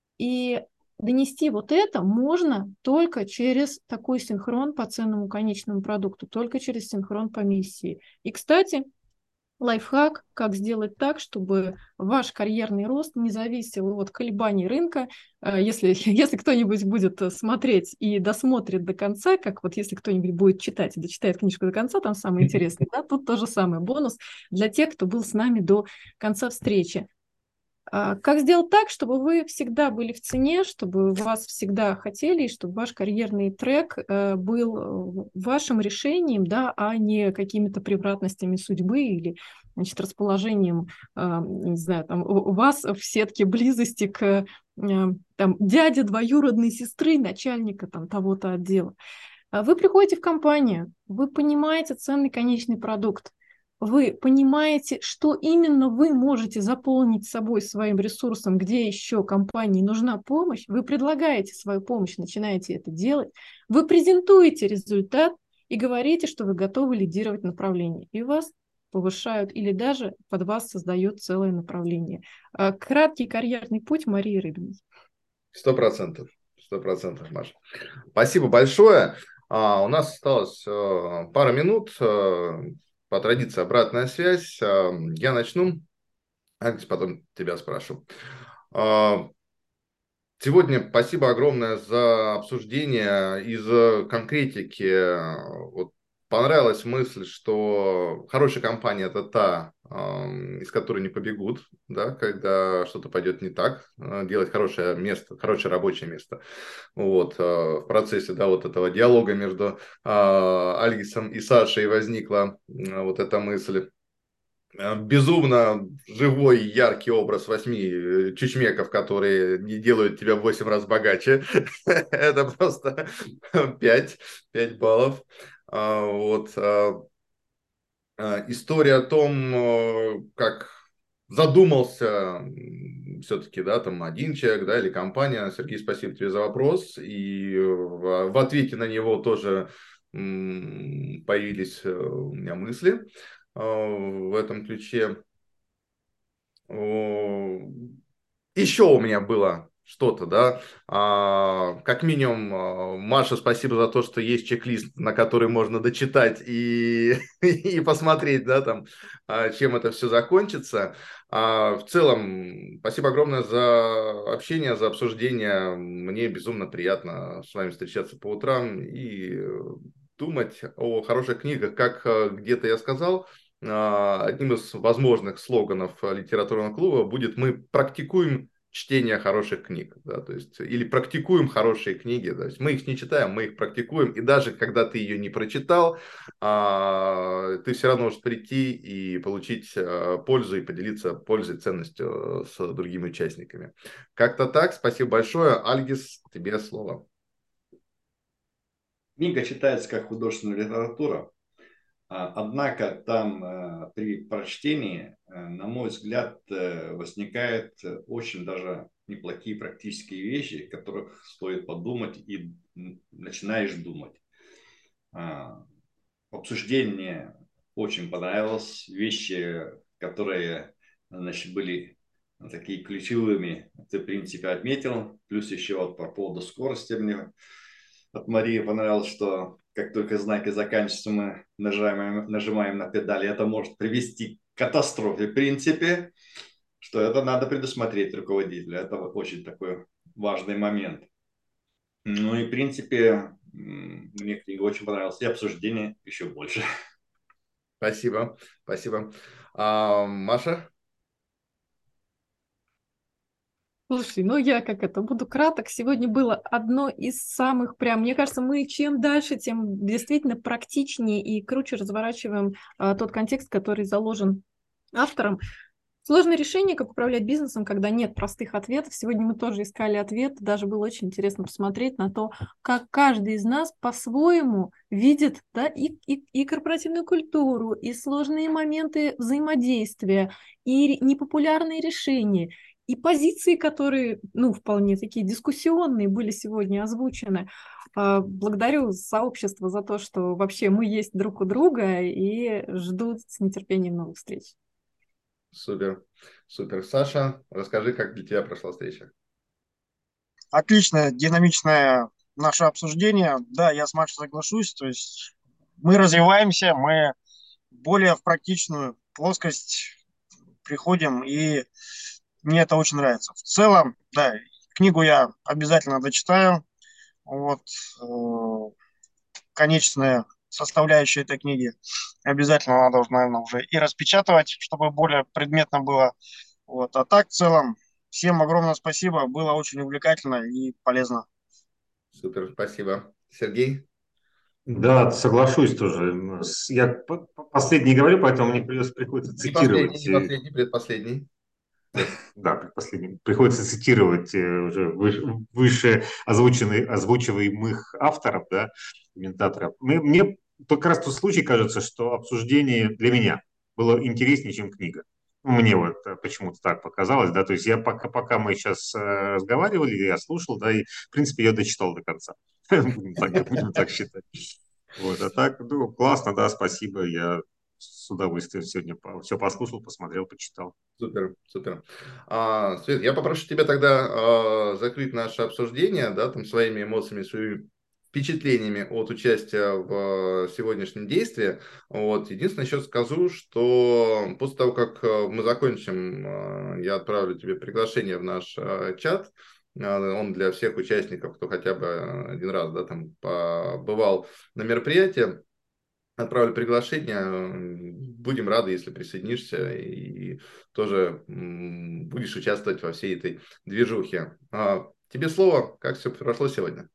И донести вот это можно только через такой синхрон по ценному конечному продукту, только через синхрон по миссии. И, кстати, лайфхак, как сделать так, чтобы ваш карьерный рост не зависел от колебаний рынка. Если кто-нибудь будет смотреть и досмотрит до конца, как вот если кто-нибудь будет читать и дочитает книжку до конца, там самое интересное, да, тут то же самое, бонус для тех, кто был с нами до конца встречи. Как сделать так, чтобы вы всегда были в цене, чтобы вас всегда хотели, и чтобы ваш карьерный трек был вашим решением, да, а не какими-то превратностями судьбы или, значит, расположением, не знаю, там, у вас в сетке близости к там, дяде двоюродной сестры, начальника там, того-то отдела. Вы приходите в компанию, вы понимаете ценный конечный продукт, вы понимаете, что именно вы можете заполнить собой своим ресурсом, где еще компании нужна помощь, вы предлагаете свою помощь, начинаете это делать, вы презентуете результат и говорите, что вы готовы лидировать направление, и вас повышают или даже под вас создают целое направление. Краткий карьерный путь Марии Рыбиной. 100%. 100%, Маша. Спасибо большое. У нас осталось пара минут. По традиции обратная связь. Я начну. Алекс, потом тебя спрошу. Сегодня спасибо огромное за обсуждение и за конкретики. Вот понравилась мысль, что хорошая компания – это та, из которой не побегут, да, когда что-то пойдет не так, делать хорошее место, хорошее рабочее место. Вот, в процессе, да, вот этого диалога между Алисом и Сашей возникла вот эта мысль. Безумно живой, яркий образ 8 чучмеков, которые не делают тебя в 8 раз богаче. Это просто 5 баллов. Вот. История о том, как задумался все-таки, да, там один человек, да, или компания. Сергей, спасибо тебе за вопрос. И в ответе на него тоже появились у меня мысли в этом ключе. Еще у меня было что-то, да, как минимум, Маша, спасибо за то, что есть чек-лист, на который можно дочитать и посмотреть, да, там, чем это все закончится. В целом, спасибо огромное за общение, за обсуждение. Мне безумно приятно с вами встречаться по утрам и думать о хороших книгах. Как где-то я сказал, одним из возможных слоганов литературного клуба будет «Мы практикуем чтение хороших книг», да, то есть, или практикуем хорошие книги, то есть мы их не читаем, мы их практикуем, и даже когда ты ее не прочитал, ты все равно можешь прийти и получить пользу и поделиться пользой, ценностью с другими участниками. Как-то так, спасибо большое. Альгис, тебе слово. Книга читается как художественная литература. Однако там при прочтении, на мой взгляд, возникают очень даже неплохие практические вещи, о которых стоит подумать, и начинаешь думать. Обсуждение очень понравилось. Вещи, которые, значит, были такие ключевыми ты, в принципе, отметил. Плюс еще вот по поводу скорости мне от Марии понравилось, что как только знаки заканчиваются, мы нажимаем на педали. Это может привести к катастрофе, в принципе, что это надо предусмотреть руководителю. Это вот очень такой важный момент. Ну и, в принципе, мне книга очень понравилась. И обсуждение еще больше. Спасибо, спасибо. Маша? Слушай, ну я как это, буду краток. Сегодня было одно из самых прям, мне кажется, мы чем дальше, тем действительно практичнее и круче разворачиваем тот контекст, который заложен автором. Сложное решение, как управлять бизнесом, когда нет простых ответов. Сегодня мы тоже искали ответ. Даже было очень интересно посмотреть на то, как каждый из нас по-своему видит, да, и корпоративную культуру, и сложные моменты взаимодействия, и непопулярные решения, и позиции, которые, ну, вполне такие дискуссионные были сегодня озвучены. Благодарю сообщество за то, что вообще мы есть друг у друга и жду с нетерпением новых встреч. Супер, супер. Саша, расскажи, как для тебя прошла встреча. Отличное, динамичное наше обсуждение. Да, я с Машей соглашусь. То есть мы развиваемся, мы более в практичную плоскость приходим, и мне это очень нравится. В целом, да, книгу я обязательно дочитаю. Вот, конечная составляющая этой книги обязательно надо уже, наверное, уже и распечатывать, чтобы более предметно было. Вот. А так, в целом, всем огромное спасибо. Было очень увлекательно и полезно. Супер, спасибо. Сергей? Да, соглашусь тоже. Я последний говорю, поэтому мне приходится Не последний, цитировать. не последний, предпоследний. Да, предпоследний. Приходится цитировать уже выше озвучиваемых авторов, да, комментаторов. Мне как раз тот случай кажется, что обсуждение для меня было интереснее, чем книга. Мне вот почему-то так показалось, да, то есть я пока мы сейчас разговаривали, я слушал, да, и, в принципе, я дочитал до конца. Будем так считать. Вот, а так, ну, классно, да, спасибо, я с удовольствием сегодня все послушал, посмотрел, почитал. Супер, супер. Свет, я попрошу тебя тогда закрыть наше обсуждение, да, там своими эмоциями, своими впечатлениями от участия в сегодняшнем действии. Вот. Единственное, еще скажу, что после того, как мы закончим, я отправлю тебе приглашение в наш чат. Он для всех участников, кто хотя бы один раз, да, там побывал на мероприятии. Отправлю приглашение. Будем рады, если присоединишься и тоже будешь участвовать во всей этой движухе. Тебе слово. Как все прошло сегодня?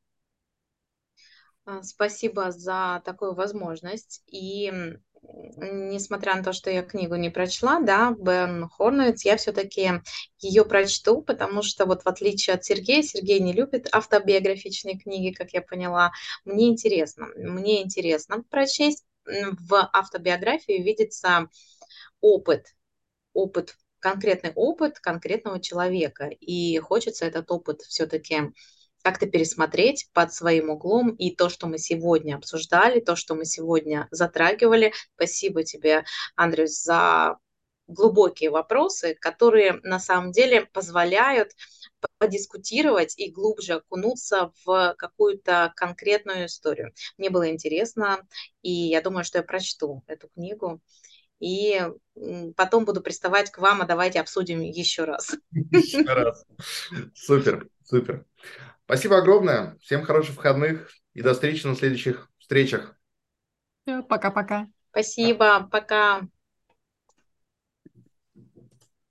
Спасибо за такую возможность. И несмотря на то, что я книгу не прочла, да, Бен Хорновиц, я все-таки ее прочту, потому что вот в отличие от Сергея, Сергей не любит автобиографичные книги, как я поняла. Мне интересно прочесть. В автобиографии видится опыт, конкретный опыт конкретного человека. И хочется этот опыт все-таки как-то пересмотреть под своим углом. И то, что мы сегодня обсуждали, то, что мы сегодня затрагивали. Спасибо тебе, Андрюс, за глубокие вопросы, которые на самом деле позволяют подискутировать и глубже окунуться в какую-то конкретную историю. Мне было интересно, и я думаю, что я прочту эту книгу. И потом буду приставать к вам, а давайте обсудим еще раз. Еще раз. Супер, супер. Спасибо огромное. Всем хороших выходных и до встречи на следующих встречах. Пока-пока. Спасибо, пока.